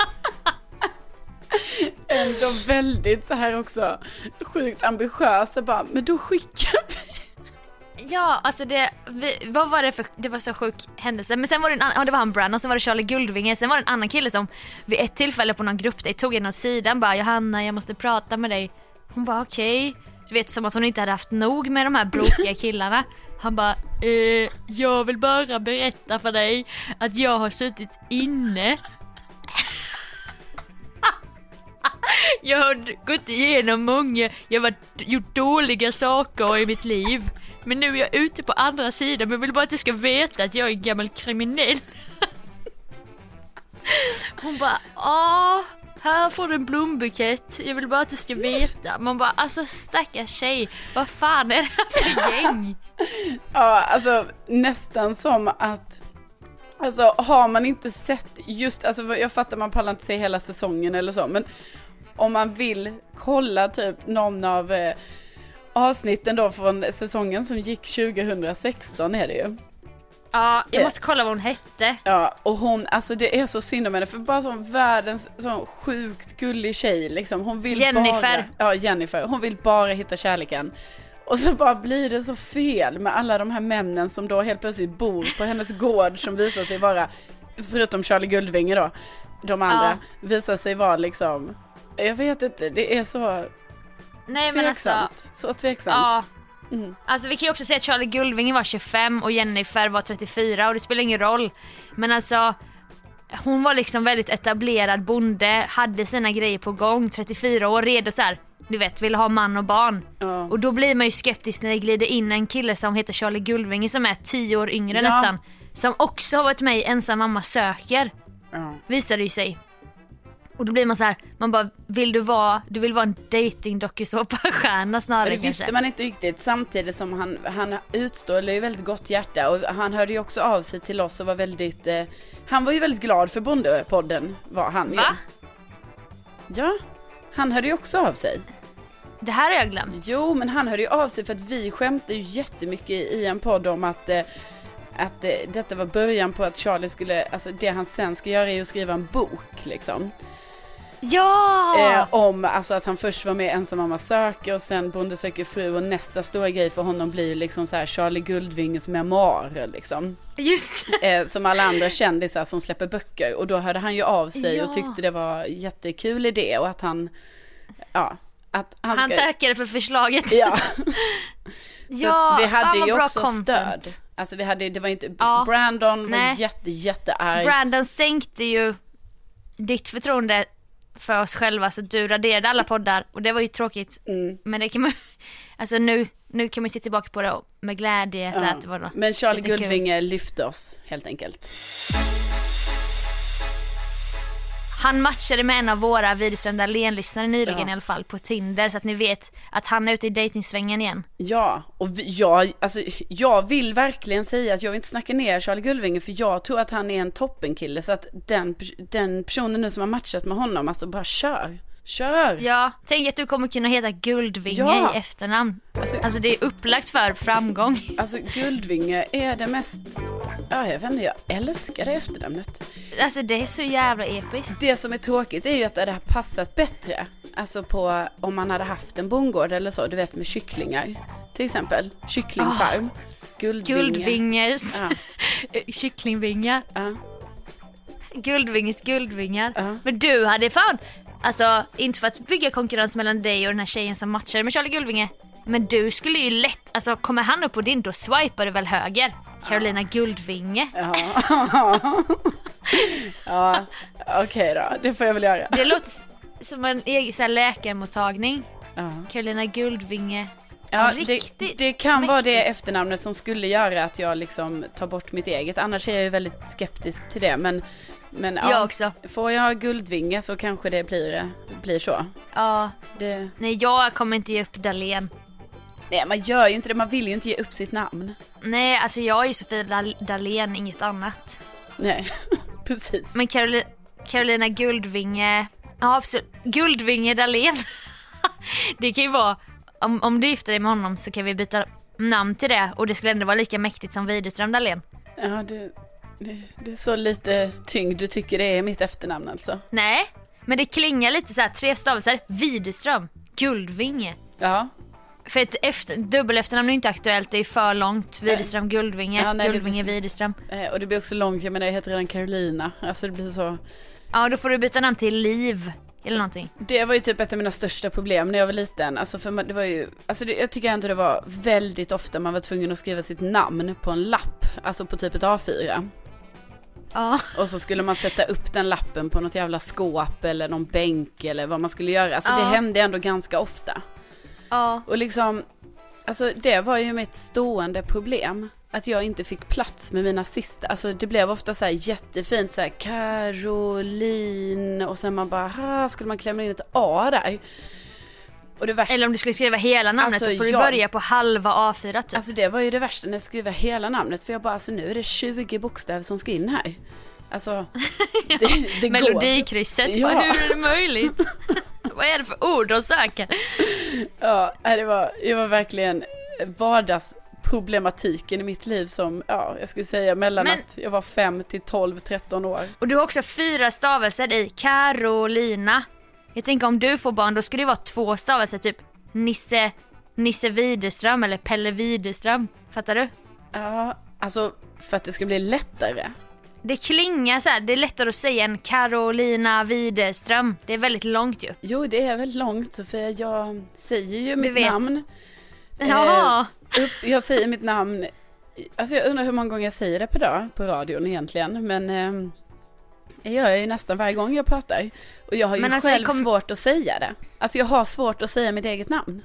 Ändå väldigt så här också sjukt ambitiösa, bara, men då skickar vi. Ja, alltså vad var det för, det var så sjuk händelse. Men sen var det det var han Brandon, sen var det Charlie Guldvinge, sen var det en annan kille som vid ett tillfälle på någon grupp tog en åt sidan, bara, Johanna, jag måste prata med dig. Hon bara, okej. Du vet, som att hon inte hade haft nog med de här bråkiga killarna. Han bara, jag vill bara berätta för dig att jag har suttit inne. Jag har gått igenom många, jag har gjort dåliga saker i mitt liv. Men nu är jag ute på andra sidan, men jag vill bara att du ska veta att jag är en gammal kriminell. Hon bara, här får du en blombukett. Jag vill bara att du ska veta. Man bara, alltså stackars tjej, vad fan är det här för gäng? Ja, alltså nästan som att, alltså har man inte sett just, alltså jag fattar man pallar inte se hela säsongen eller så, men om man vill kolla typ någon av avsnitten då från säsongen som gick 2016 är det ju. Ja, jag måste kolla vad hon hette. Ja, och hon, alltså det är så synd om henne, för bara som världens sån sjukt gullig tjej liksom. Hon vill Jennifer. Jennifer. Hon vill bara hitta kärleken. Och så bara blir det så fel med alla de här männen som då helt plötsligt bor på hennes gård, som visar sig vara, förutom Charlie Guldvinge då, de andra visar sig vara liksom, jag vet inte, det är så tveksamt. Men alltså, så tveksamt. Ja. Alltså vi kan ju också säga att Charlie Guldvinge var 25 och Jennifer var 34, och det spelar ingen roll. Men alltså, hon var liksom väldigt etablerad bonde, hade sina grejer på gång, 34 år, redo så här, du vet, vill ha man och barn. Och då blir man ju skeptisk när det glider in en kille som heter Charlie Guldvinge som är 10 år yngre nästan, som också har varit med i Ensam mamma söker. Visar det ju sig. Och då blir man så här, man bara, du vill vara en dating-dokusåpa-stjärna snarare. Det visste man inte riktigt, samtidigt som han utstrålar ju väldigt gott hjärta, och han hörde ju också av sig till oss och var väldigt, han var ju väldigt glad för Bondepodden, var han. Va? Ja, han hörde ju också av sig. Det här har jag glömt. Jo, men han hörde ju av sig för att vi skämtade ju jättemycket i en podd om att detta var början på att Charlie skulle, alltså det han sen ska göra är att skriva en bok liksom. Ja! Om alltså att han först var med Ensam mamma söker och sen Bonde söker fru, och nästa stora grej för honom blir liksom så här Charlie Guldvinges memoarer liksom. Just. Som alla andra kändisar som släpper böcker, och då hörde han ju av sig och tyckte det var jättekul idé, och att han han tackade för förslaget. Ja. Ja, vi hade ju också content. stöd. Alltså det var inte Brandon var jättearg. Brandon sänkte ju ditt förtroende för oss själva, så du raderade alla poddar, och det var ju tråkigt. Men det kan man, alltså nu kan man se tillbaka på det med glädje, så att det var men Charlie Guldvinge lyfte oss helt enkelt. Han matchade med en av våra Widerström Dahlén-lyssnare nyligen i alla fall på Tinder, så att ni vet att han är ute i dejtingsvängen igen. Ja, och jag vill verkligen säga att jag vill inte snacka ner Charlie Guldvinge, för jag tror att han är en toppenkille, så att den personen nu som har matchat med honom, alltså bara kör. Ja, tänk att du kommer kunna heta Guldvinge i efternamn. Alltså det är upplagt för framgång. Alltså Guldvinge är det mest, jag vet inte, jag älskar det efternamnet. Alltså det är så jävla episkt. Det som är tråkigt är ju att det hade passat bättre, alltså på om man hade haft en bondgård eller så, du vet, med kycklingar till exempel, kycklingfarm. Guldvinges kycklingvingar. Guldvinges guldvingar. Men du hade fan, alltså inte för att bygga konkurrens mellan dig och den här tjejen som matchade med Charlie Guldvinge, men du skulle ju lätt, alltså kommer han upp på din, då swipar du väl höger. Carolina Guldvinge. Ja, okej då, det får jag väl göra. Det låter som en egen så här läkarmottagning. Carolina Guldvinge. Ja, det kan mäktigt vara det efternamnet som skulle göra att jag liksom tar bort mitt eget. Annars är jag ju väldigt skeptisk till det, men jag också. Får jag Guldvinge så kanske det blir så. Ja. Nej, jag kommer inte ge upp Dahlén. Nej, man gör ju inte det. Man vill ju inte ge upp sitt namn. Nej, alltså jag är ju Sofia Dahlén, inget annat. Nej, precis. Men Carolina Guldvinge. Ja, absolut. Guldvinge Dahlén. Det kan ju vara, om du gifter dig med honom så kan vi byta namn till det, och det skulle ändå vara lika mäktigt som Widerström Dahlén. Ja, det är så lite tyngd du tycker det är mitt efternamn alltså. Nej, men det klingar lite så här, 3 stavelser. Widerström, Guldvinge. Ja. För ett dubbel efternamn är inte aktuellt, det är för långt. Widerström, Guldvinge, Guldvinge, Widerström. Och det blir också långt, jag menar jag heter redan Carolina. Alltså det blir så. Ja, då får du byta namn till Liv. eller någonting. Det var ju typ ett av mina största problem när jag var liten. Alltså för det var ju, alltså jag tycker ändå det var väldigt ofta man var tvungen att skriva sitt namn på en lapp. Alltså på typ ett A4. Ja. Och så skulle man sätta upp den lappen på något jävla skåp eller någon bänk eller vad man skulle göra. Alltså det hände ändå ganska ofta. Ja. Och liksom, alltså det var ju mitt stående problem. Att jag inte fick plats med mina sista. Alltså det blev ofta så här jättefint så här Caroline. Och sen man bara, skulle man klämma in ett A där. Och det värsta, eller om du skulle skriva hela namnet, alltså, då får du börja på halva A4 typ. Alltså det var ju det värsta när jag skrev hela namnet. För jag bara, alltså nu är det 20 bokstäver som ska in här. Alltså det melodikrysset, ja. Hur är det möjligt? Vad är det för ord att söka? Ja, det var verkligen vardagsproblematiken i mitt liv som, jag skulle säga mellan att jag var 5 till 12, 13 år. Och du har också 4 stavelser i Carolina. Jag tänker om du får barn, då skulle det vara 2 stavelser, typ Nisse Widerström eller Pelle Widerström. Fattar du? Ja, alltså för att det ska bli lättare. Det klingar så här, det är lättare att säga än Carolina Widerström. Det är väldigt långt ju. Jo, det är väl långt, för jag säger ju mitt namn. Ja. Jag säger mitt namn. Alltså jag undrar hur många gånger jag säger det per dag på radion egentligen. Men jag gör ju nästan varje gång jag pratar. Och jag har ju själv svårt att säga det. Alltså jag har svårt att säga mitt eget namn.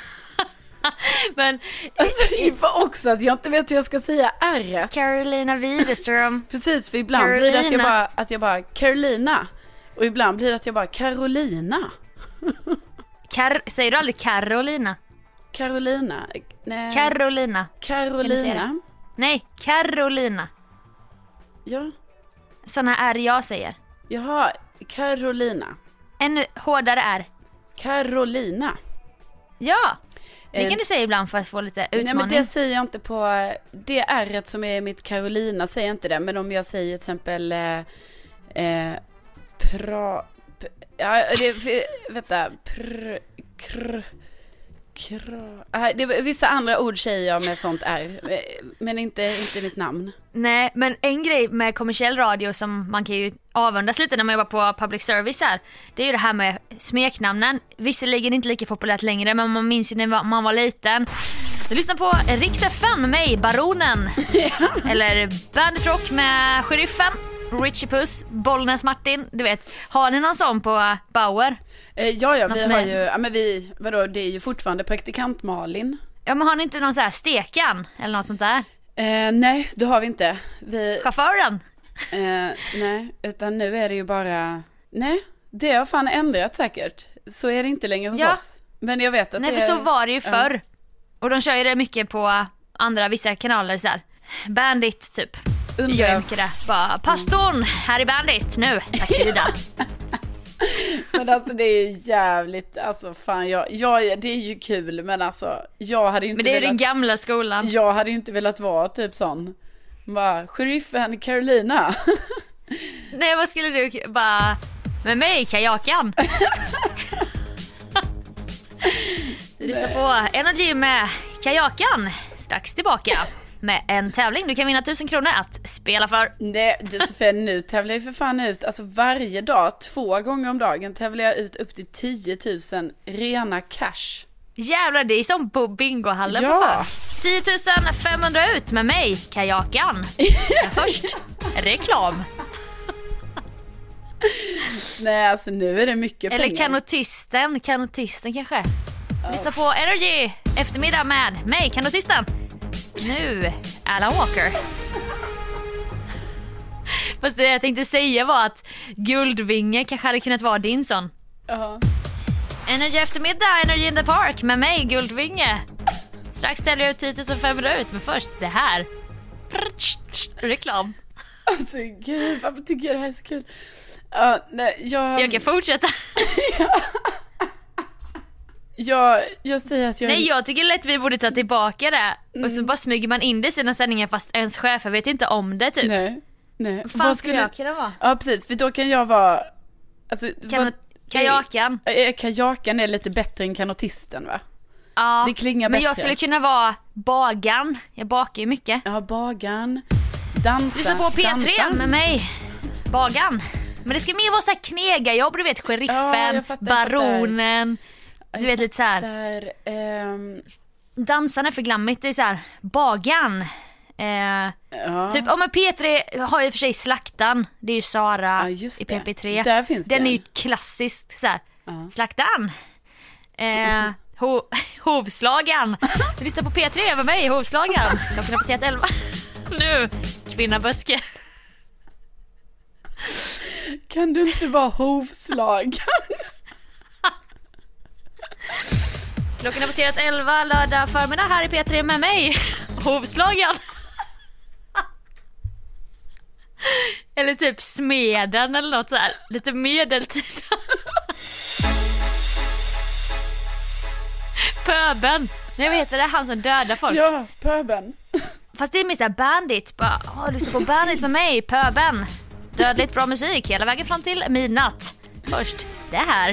Men alltså också att jag inte vet hur jag ska säga R-et. Carolina Widerström. Precis, för ibland blir det att jag bara Carolina. Och ibland blir det att jag bara Carolina. Säger du aldrig Carolina? Carolina. Nej. Carolina. Carolina. Nej, Carolina. Ja. Såna är jag säger. Jaha, Carolina. Ännu hårdare är Carolina. Ja. Det kan du säga ibland för att få lite utmaning. Nej, men det säger jag inte på det R som är mitt Carolina, säger jag inte det. Men om jag säger till exempel vissa andra ord säger jag med sånt R, men inte mitt namn. Nej, men en grej med kommersiell radio som man kan ju avundas lite när man jobbar på public service här, det är ju det här med smeknamnen. Visserligen inte lika populärt längre, men man minns ju när man var liten. Du lyssnar på Rix FM med mig, Baronen. Eller Bandit Rock med Sheriffen, Richie Puss, Bollnäs Martin, du vet. Har ni någon sån på Bauer? Ja, vi har ju, det är ju fortfarande praktikant Malin. Ja, men har ni inte någon så här stekan eller något sånt där? Nej, det har vi inte. Chauffören? Nej, utan nu är det ju bara... Nej, det har fan ändrat säkert. Så är det inte längre hos oss. Men jag vet att för så var det ju förr. Och de kör ju det mycket på vissa kanaler så här. Bandit typ. Gör mycket det. Bara, pastorn, här är Bandit nu. Tack Ida. Men alltså det är jävligt, alltså fan det är ju kul, men alltså jag hade inte. Men det är den gamla skolan. Jag hade ju inte velat vara typ sån. Bara Sheriffen Carolina. Nej, vad skulle du bara med mig kajakan? Du lyssnar på Energy med kajakan. Strax tillbaka med en tävling. Du kan vinna 1000 kronor att spela för. Nej, Sofia, nu tävlar jag för fan ut. Alltså varje dag, 2 gånger om dagen tävlar jag ut upp till 10 000 rena cash. Jävlar, det är som på bingohallen för fan. 10 500 ut med mig, kajakan. Men först, reklam. Nej, alltså nu är det mycket pengar. Eller kanotisten kanske. Lyssna på Energy eftermiddag med mig, kanotisten. Nu, Alan Walker. Fast det jag tänkte säga var att Guldvinge kanske hade kunnat vara din sån. Energy eftermiddag, Energy in the Park med mig, Guldvinge. Strax ställer jag ut 10 500 ut, men först det här. Reklam. Alltså gud, varför tycker jag det här är så kul? Nej, jag kan fortsätta. Jag säger att Nej, jag tycker lätt vi borde ta tillbaka det. Och så bara smyger man in det i sina sändningar fast ens chefer vet inte om det typ. Nej. Vad fan skulle jag kunna vara? Ja, precis, för då kan jag vara alltså, kajakan. Kajakan är lite bättre än kanotisten, va? Ja, det klingar men bättre. jag skulle kunna vara bagan. Jag bakar ju mycket. Ja, bagan. Dansa. Lyssna på P3 med mig, bagan. Men det ska mer vara så här knegarjobb, du vet, sheriffen, baronen. Du vet, lite så här. Dansarna är för glammigt, det är så här bagan. Typ, men P3 har ju för sig Slaktan. Det är ju Sara i PP3. Där finns den är ju klassiskt så här. Slaktan. Hovslagan. Du lyssnar på P3 över mig, Hovslagan. Klockan har passerat 11. Nu, kvinnaböske. Kan du inte vara hovslagan? Klockan har passerat 11 lördag förmiddag här i P3 med mig, Hovslagan. Eller typ Smeden eller något så här. Lite medeltid. Pöben. Jag vet vad det är, han som dödar folk. Ja, Pöben. Fast det är mer såhär Bandit. Bara, lyssna på Bandit med mig, Pöben. Dödligt bra musik hela vägen fram till midnatt. Först, det här.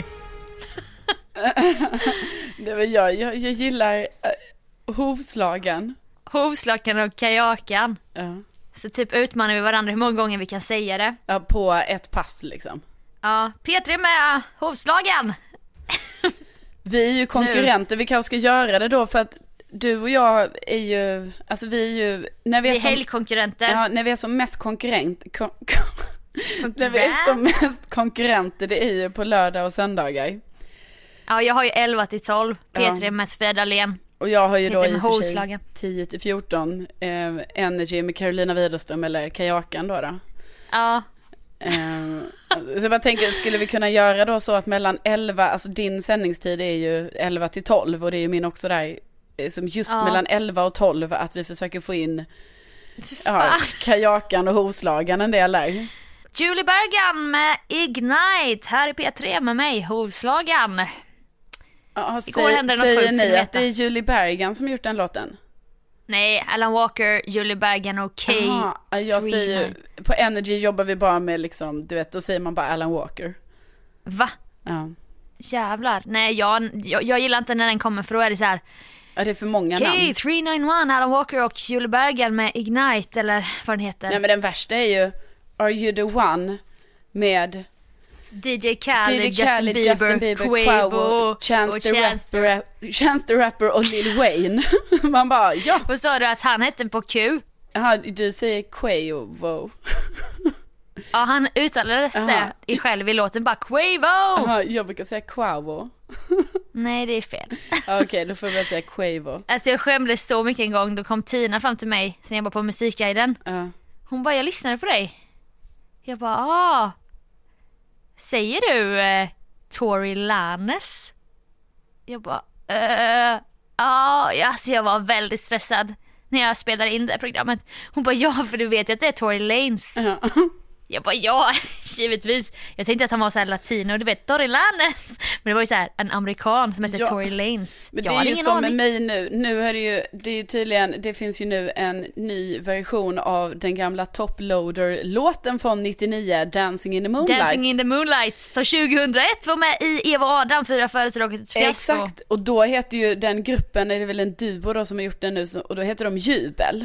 Det var jag gillar hovslagen. Hovslagen och kajakan. Ja. Så typ utmanar vi varandra hur många gånger vi kan säga det. Ja, på ett pass liksom. Ja, P3 med hovslagen. Vi är ju konkurrenter, vi kanske ska göra det då för att du och jag är ju, alltså vi är ju, när vi är helgkonkurrenter. Ja, när vi är som mest när vi är som mest konkurrenter, det är ju på lördag och söndagar. Ja, jag har ju 11-12, P3 med Sofia Dalén. Och jag har ju då i för sig 10-14 Energy med Carolina Widerström eller kajakan då. Ja. Så jag bara tänker, skulle vi kunna göra då så att mellan 11, alltså din sändningstid är ju 11-12 och det är ju min också där, som just mellan 11 och 12 att vi försöker få in kajakan och hovslagan en del där. Julie Bergan med Ignite här i P3 med mig, hovslagan. Säger ni att det är Julie Bergan som gjort den låten? Nej, Alan Walker, Julie Bergan och Kay. Jag säger ju, på Energy jobbar vi bara med liksom, du vet, då säger man bara Alan Walker. Va? Ja. Jävlar. Nej, jag gillar inte när den kommer, för då är det så här. Ja, det är för många namn. K391, Alan Walker och Julie Bergan med Ignite, eller vad den heter. Nej, men den värsta är ju Are You The One med DJ Khaled, Justin Bieber, Quavo, Chance the Rapper och Lil Wayne. Man bara, ja. Vad sa du att han hette på Q? Jaha, du säger Quavo. Ja, han uttalades det i själv i låten, bara Quavo. Aha, jag brukar säga Quavo. Nej, det är fel. Okej, då får jag säga Quavo. Alltså jag skämdes så mycket en gång. Då kom Tina fram till mig sen jag var på Musikguiden. Hon bara, jag lyssnade på dig. Jag bara, säger du Tory Lanez? Jag bara, alltså jag var väldigt stressad när jag spelade in det programmet. Hon bara, ja, för du vet ju att det är Tory Lanez. Jag bara, ja, givetvis. Jag tänkte att han var så här latino, du vet, Tory Lanez. Men det var ju så här en amerikan som hette Tory Lanez. Men det är ju som med mig nu. Nu är det ju, det är ju tydligen, det finns ju nu en ny version av den gamla Top Loader-låten från 99, Dancing in the Moonlight. Dancing in the Moonlight, så 2001 var med i Eva och Adam, 4 födelsedagens fiasko. Exakt, och då heter ju den gruppen, är det väl en duo då som har gjort den nu, och då heter de Jubel.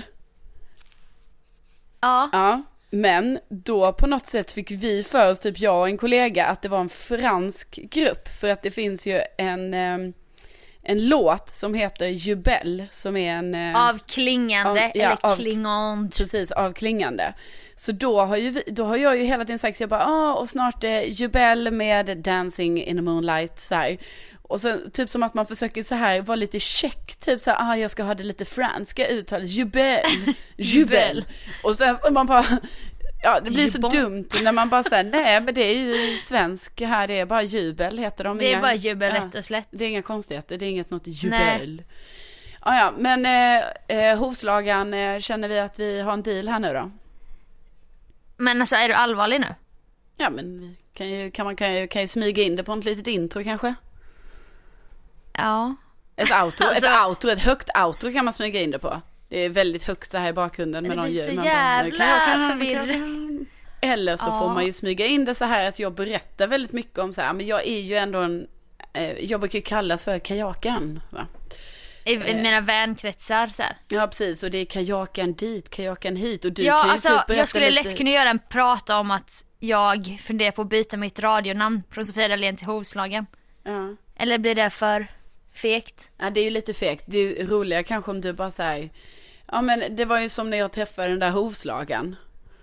Ja. Men då på något sätt fick vi för oss, typ jag och en kollega, att det var en fransk grupp. För att det finns ju en låt som heter Jubel, som är en... avklingande, eller klingande. Precis, avklingande. Så då har jag ju hela tiden sagt, så jag bara, och snart Jubel med Dancing in the Moonlight, så här. Och så typ som att man försöker så här vara lite check, typ så här, jag ska ha det lite franska uttalet, jubel. Och sen så man bara, det blir så dumt när man bara säger, nej, men det är ju svensk här, det är bara jubel heter de. Det är bara jubel, rätt och slätt. Det är inga konstigheter, det är inget något jubel. Men hovslagan, känner vi att vi har en deal här nu då? Men alltså, är du allvarlig nu? Ja, men vi kan ju smyga in det på ett litet intro kanske. Ja. Ett högt outro kan man smyga in det på. Det är väldigt högt så här i bakgrunden med någon ljud. Det blir så jävla förvirrande. Eller så får man ju smyga in det så här att jag berättar väldigt mycket om så här, men jag är ju ändå jag brukar ju kallas för kajakan, va? I mina vänkretsar så här. Ja, precis. Och det är kajaken dit, kajaken hit. Och du ja, kan ju alltså, typ jag skulle lite... lätt kunna göra en prata om att jag funderar på att byta mitt radionamn från Sofia Dalén till Hovslagen. Ja. Eller blir det för fegt? Ja, det är ju lite fegt. Det är roligare kanske om du bara säger, ja men det var ju som när jag träffade den där Hovslagen.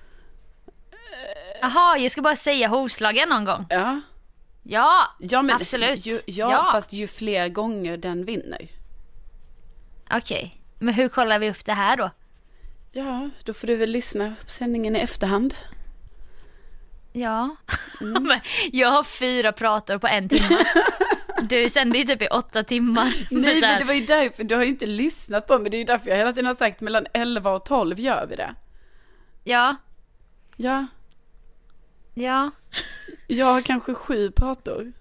Jaha, jag ska bara säga Hovslagen någon gång. Ja. Ja, men absolut. Fast ju fler gånger den vinner. Okej, men hur kollar vi upp det här då? Ja, då får du väl lyssna på sändningen i efterhand. Ja, men jag har 4 prator på 1 timme. Du sänder ju typ i 8 timmar. Nej, men det var ju därför, du har ju inte lyssnat på mig. Det är ju därför jag hela tiden har sagt mellan 11 och 12 gör vi det. Ja. Ja. Jag har kanske 7 prator.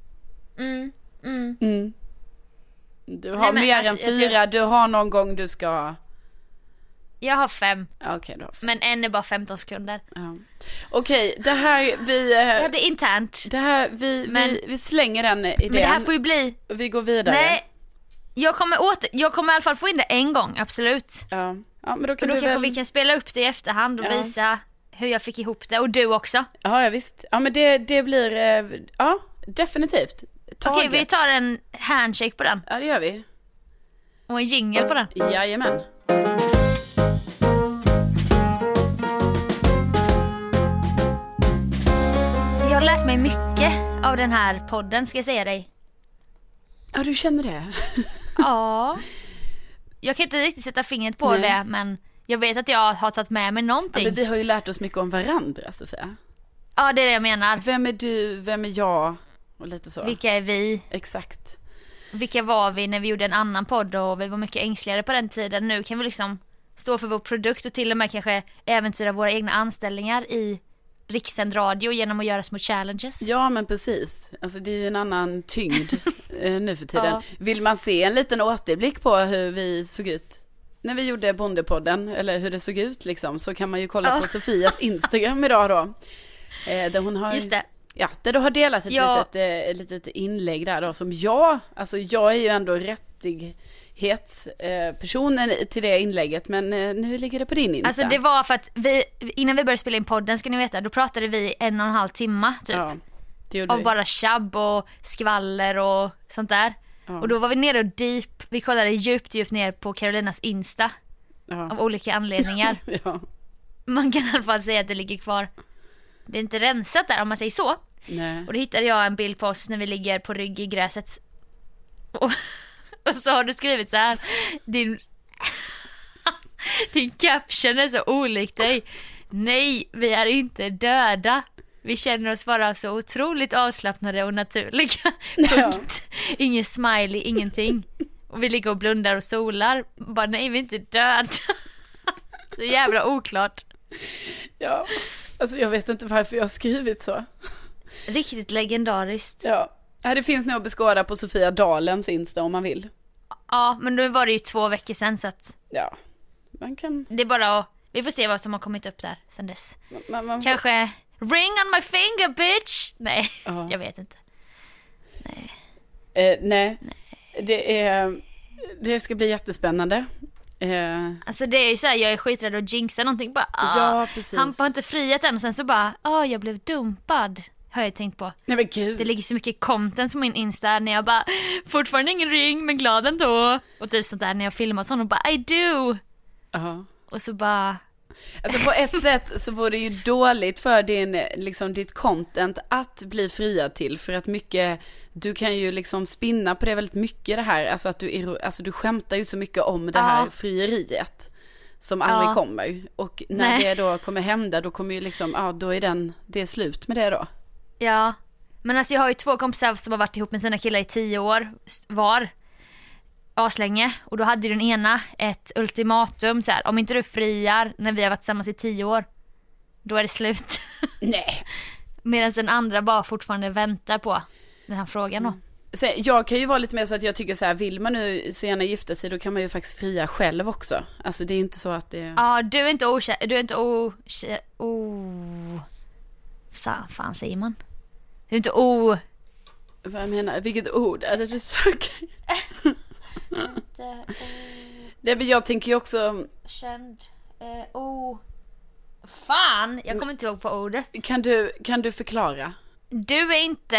Du har mer än 4. Du har någon gång du ska... Jag har 5. Okej, då. Men en är bara 15 sekunder. Ja. Okej, det här det här blir internt. Det här vi slänger den idén. Men det här får ju bli. Vi går vidare. Nej. Jag kommer i alla fall få in det en gång, absolut. Ja, men då kan och då du kanske vi kan spela upp det i efterhand och visa hur jag fick ihop det. Och du också. Ja, visst. Ja, men det blir definitivt. Okej, vi tar en handshake på den. Ja, det gör vi. Och en jingle på den. Jajamän. Jag har lärt mig mycket av den här podden, ska jag säga dig. Ja, du känner det? Ja. Jag kan inte riktigt sätta fingret på det, men jag vet att jag har tagit med mig någonting. Ja, men vi har ju lärt oss mycket om varandra, Sofia. Ja, det är det jag menar. Vem är du, vem är jag? Och lite så. Vilka är vi? Exakt. Vilka var vi när vi gjorde en annan podd och vi var mycket ängsligare på den tiden. Nu kan vi liksom stå för vår produkt och till och med kanske äventyra våra egna anställningar i Rikssänd radio genom att göra små challenges. Ja, men precis. Alltså det är ju en annan tyngd nu för tiden. Ja. Vill man se en liten återblick på hur vi såg ut när vi gjorde Bondepodden, eller hur det såg ut liksom, så kan man ju kolla på Sofias Instagram idag då. Där hon har... Just det. Ja, där du har delat ett litet inlägg där då, som jag är ju ändå rättighetspersonen till det inlägget, men nu ligger det på din Insta. Alltså det var för att innan vi började spela in podden, ska ni veta, då pratade vi 1,5 timme typ. Ja, det gjorde vi. Bara tjabb och skvaller och sånt där. Ja. Och då var vi nere och vi kollade djupt ner på Carolinas Insta. Ja. Av olika anledningar. Ja. Man kan i alla fall säga att det ligger kvar. Det är inte rensat där om man säger så. Nej. Och då hittade jag en bild på oss när vi ligger på rygg i gräset. Och så har du skrivit så här: din caption är så olik dig. Nej, vi är inte döda. Vi känner oss bara så otroligt avslappnade och naturliga. Punkt. Ingen smiley, ingenting. Och vi ligger och blundar och solar. Bara nej, vi är inte döda. Så jävla oklart. Ja, alltså jag vet inte varför jag har skrivit så. Riktigt legendariskt. Ja, det finns nog att beskåda på Sofia Dalens Insta om man vill. Ja, men då var det ju 2 veckor sedan så att... Ja, man kan... Det är bara att... Vi får se vad som har kommit upp där sen dess. Kanske... Ring on my finger, bitch! Nej, jag vet inte. Nej. Det ska bli jättespännande. Alltså det är ju så här, jag är skiträdd att jinxa någonting. Bara, ja, precis. Han har inte friat än. Och sen så bara, jag blev dumpad. Har jag tänkt på. Nej, men gud. Det ligger så mycket content på min Insta när jag bara, fortfarande ingen ring, men glad ändå. Och typ sånt där när jag filmar sånt och bara, I do. Och så bara... Alltså på ett sätt så var det ju dåligt för ditt content att bli friad till, för att mycket, du kan ju liksom spinna på det väldigt mycket det här, alltså att du skämtar ju så mycket om det här frieriet som aldrig kommer, och när det då kommer hända, då kommer ju liksom, då är det är slut med det då. Ja, men alltså jag har ju 2 kompisar som har varit ihop med sina killar i 10 år var. Aslänge. Och då hade den ena ett ultimatum så här: om inte du friar när vi har varit tillsammans i 10 år, då är det slut. Nej. Medan den andra bara fortfarande väntar på den här frågan då. Så jag kan ju vara lite mer så att jag tycker så här, vill man nu så gärna gifta sig, då kan man ju faktiskt fria själv också. Alltså det är inte så att det... Ja, du är inte fan säger man? Du är inte Vad jag menar, vilket ord är det du söker? Det men jag tänker ju också... Känd. Fan, jag kommer inte ihåg på ordet. Kan du förklara? Du är inte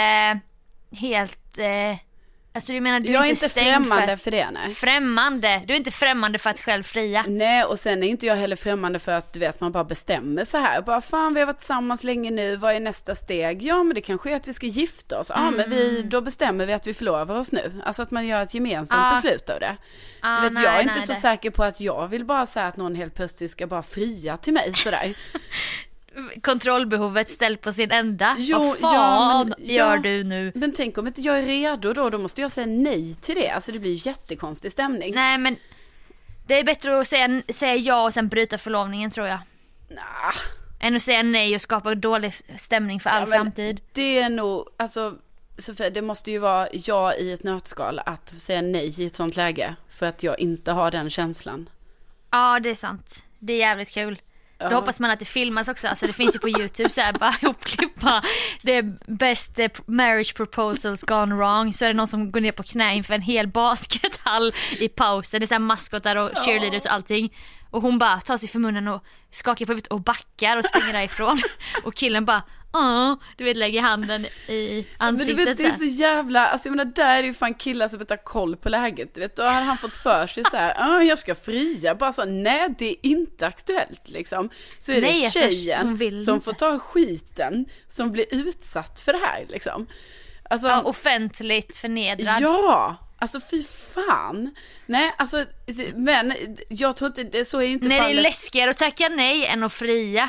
helt... Alltså du menar du jag är inte främmande för det, nej. Främmande? Du är inte främmande för att själv fria? Nej, och sen är inte jag heller främmande för att du vet, man bara bestämmer så här. Bara fan, vi har varit tillsammans länge nu, vad är nästa steg? Ja, men det kanske är att vi ska gifta oss. Ja, men då bestämmer vi att vi förlovar oss nu. Alltså att man gör ett gemensamt beslut av det. Du vet, jag är inte så säker på att jag vill bara säga att någon helt plötsligt ska bara fria till mig sådär. Kontrollbehovet ställt på sin ända. Vad fan gör du nu? Men tänk om inte jag är redo då måste jag säga nej till det. Alltså det blir jättekonstig stämning. Nej, men det är bättre att säga ja och sen bryta förlovningen, tror jag. Än att säga nej och skapa dålig stämning för all framtid. Det är nog, alltså Sofia, det måste ju vara jag i ett nötskal att säga nej i ett sånt läge. För att jag inte har den känslan. Ja, det är sant. Det är jävligt kul. Då hoppas man att det filmas också. Alltså det finns ju på YouTube så här, bara ihopklippa the best marriage proposals gone wrong. Så är det någon som går ner på knä inför en hel baskethall i pausen. Det är så här maskotar och cheerleaders och allting. Och hon bara tar sig för munnen och skakar på huvudet och backar och springer därifrån. Och killen bara, du vet, lägger handen i ansiktet. Men du vet, det är så jävla, alltså jag menar, där är ju fan killar som tar koll på läget. Du vet, då har han fått för sig så här, jag ska fria. Bara så, nej, det är inte aktuellt liksom. Så är det tjejen som får ta skiten, som blir utsatt för det här liksom. Alltså, offentligt förnedrad. Ja, alltså fy fan. Nej, alltså, men jag tror inte, det så är ju inte fallet. Det är läskigare att tacka nej än att fria.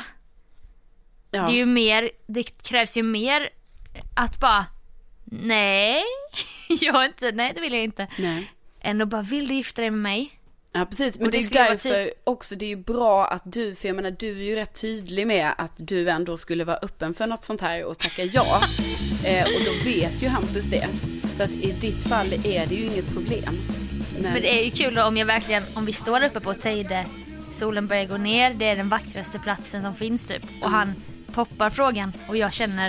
Ja. Det är ju mer, det krävs ju mer att bara nej, nej, det vill jag inte. Nej. Än att bara, vill du gifta dig med mig? Ja, precis, men det är därför också, det är ju bra att du, för jag menar, du är ju rätt tydlig med att du ändå skulle vara öppen för något sånt här och tacka ja. Och då vet ju Hampus det. Så att i ditt fall är det ju inget problem. Men det är ju kul då, om vi står uppe på Teide, solen börjar gå ner, det är den vackraste platsen som finns typ. Och han poppar frågan och jag känner,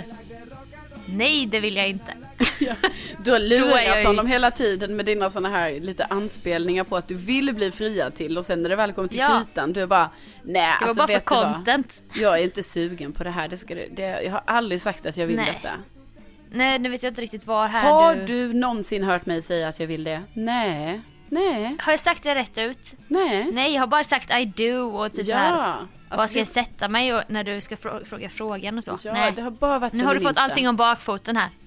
nej, det vill jag inte. Ja, du har lurat honom hela tiden med dina såna här lite anspelningar på att du vill bli friad till, och sen när det väl kommer till kritan, du är bara, nej, det var bara för content. Jag är inte sugen på det här, jag har aldrig sagt att jag vill detta. Nej, nu vet jag inte riktigt var här. Har du någonsin hört mig säga att jag vill det? Nej. Har jag sagt det rätt ut? Nej, jag har bara sagt I do och typ så här. Alltså, vad ska jag sätta mig och när du ska fråga frågan och så? Ja, nej. Det har bara varit nu har du fått allting om bakfoten här.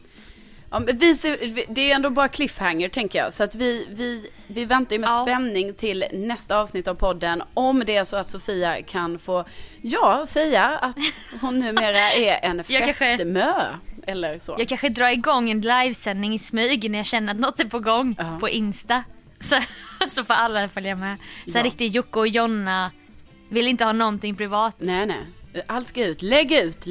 Ja, men det är ändå bara cliffhanger, tänker jag. Så att vi väntar ju med spänning till nästa avsnitt av podden. Om det är så att Sofia kan få säga att hon numera är en fästemö eller så. Jag kanske drar igång en livesändning i smyg när jag känner att något är på gång på Insta. Så får alla följa med. Så här riktigt Jocke och Jonna vill inte ha någonting privat. Nej. Allt ska ut. Lägg ut.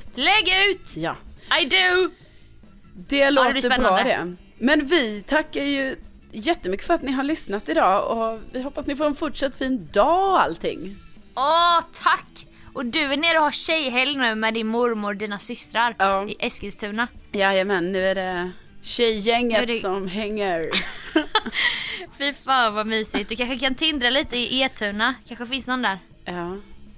Ja. I do. Det låter bra det. Men vi tackar ju jättemycket för att ni har lyssnat idag. Och vi hoppas ni får en fortsatt fin dag och allting. Tack. Och du är nere och har tjejhelg nu med din mormor och dina systrar i Eskilstuna. Jajamän, nu är det tjejgänget som hänger. Fy fan vad mysigt. Du kanske kan tindra lite i Etuna. Kanske finns någon där. Ja,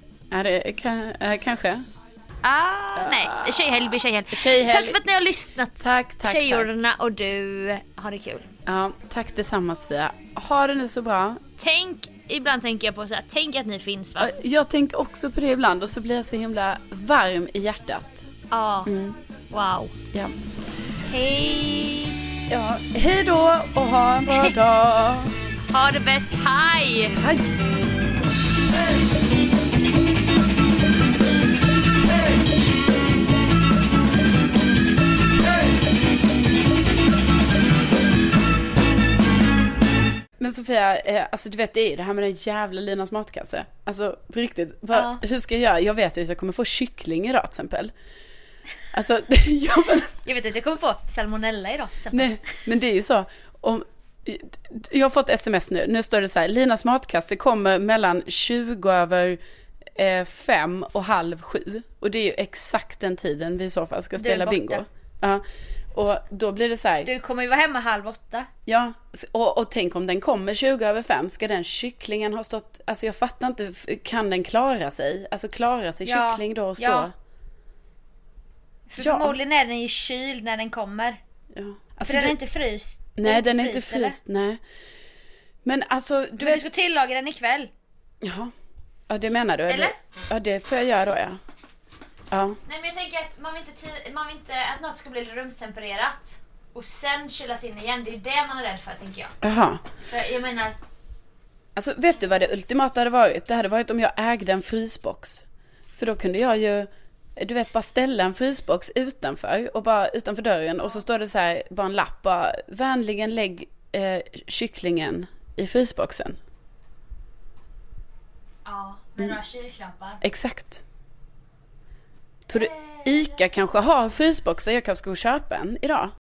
kanske. Nej, tjejhelg blir tjejhelg. Tack för att ni har lyssnat. Tack. Tjejorderna och du har det kul. Ja, tack detsamma, Sofia. Ha det nu så bra. Ibland tänker jag på så här, tänk att ni finns, va? Jag tänker också på det ibland, och så blir jag så himla varm i hjärtat. Wow. Ja. Hej. Ja, hej då och ha en bra dag. Ha det bäst. Hej. Men Sofia, alltså du vet, det är ju det här med den jävla Linas matkasse. Alltså på riktigt, hur ska jag göra? Jag vet ju att jag kommer få kyckling idag till exempel. Alltså, jag vet att jag kommer få salmonella idag till exempel. Nej, men det är ju så. Jag har fått sms nu. Nu står det så här: Linas matkasse kommer mellan 5:20 och 6:30. Och det är ju exakt den tiden vi i så fall ska spela bingo. Ja. Och då blir det så här. Du kommer ju vara hemma 7:30. Ja, och tänk om den kommer 20:05. Ska den kycklingen ha stått... Alltså jag fattar inte, kan den klara sig? Alltså klara sig kyckling då och stå? Ja. För förmodligen är den ju kyld när den kommer. Ja. Alltså den är inte fryst. Nej, den är inte fryst, nej. Men alltså... Du ska tillaga den ikväll. Ja, det menar du? Eller? Ja, det får jag göra då, ja. Ja. Nej, men jag tänker att man vill inte att något ska bli rumstempererat och sen kylas in igen. Det är det man är rädd för, tänker jag. Jaha. För jag menar... Alltså, vet du vad det ultimata hade varit? Det hade varit om jag ägde en frysbox. För då kunde jag ju, du vet, bara ställa en frysbox utanför och bara utanför dörren och så står det så här, bara en lapp, bara vänligen lägg kycklingen i frysboxen. Ja, med några kylklappar. Exakt. Tror du ICA kanske har frysboxar? Jag kanske ska köpa en idag.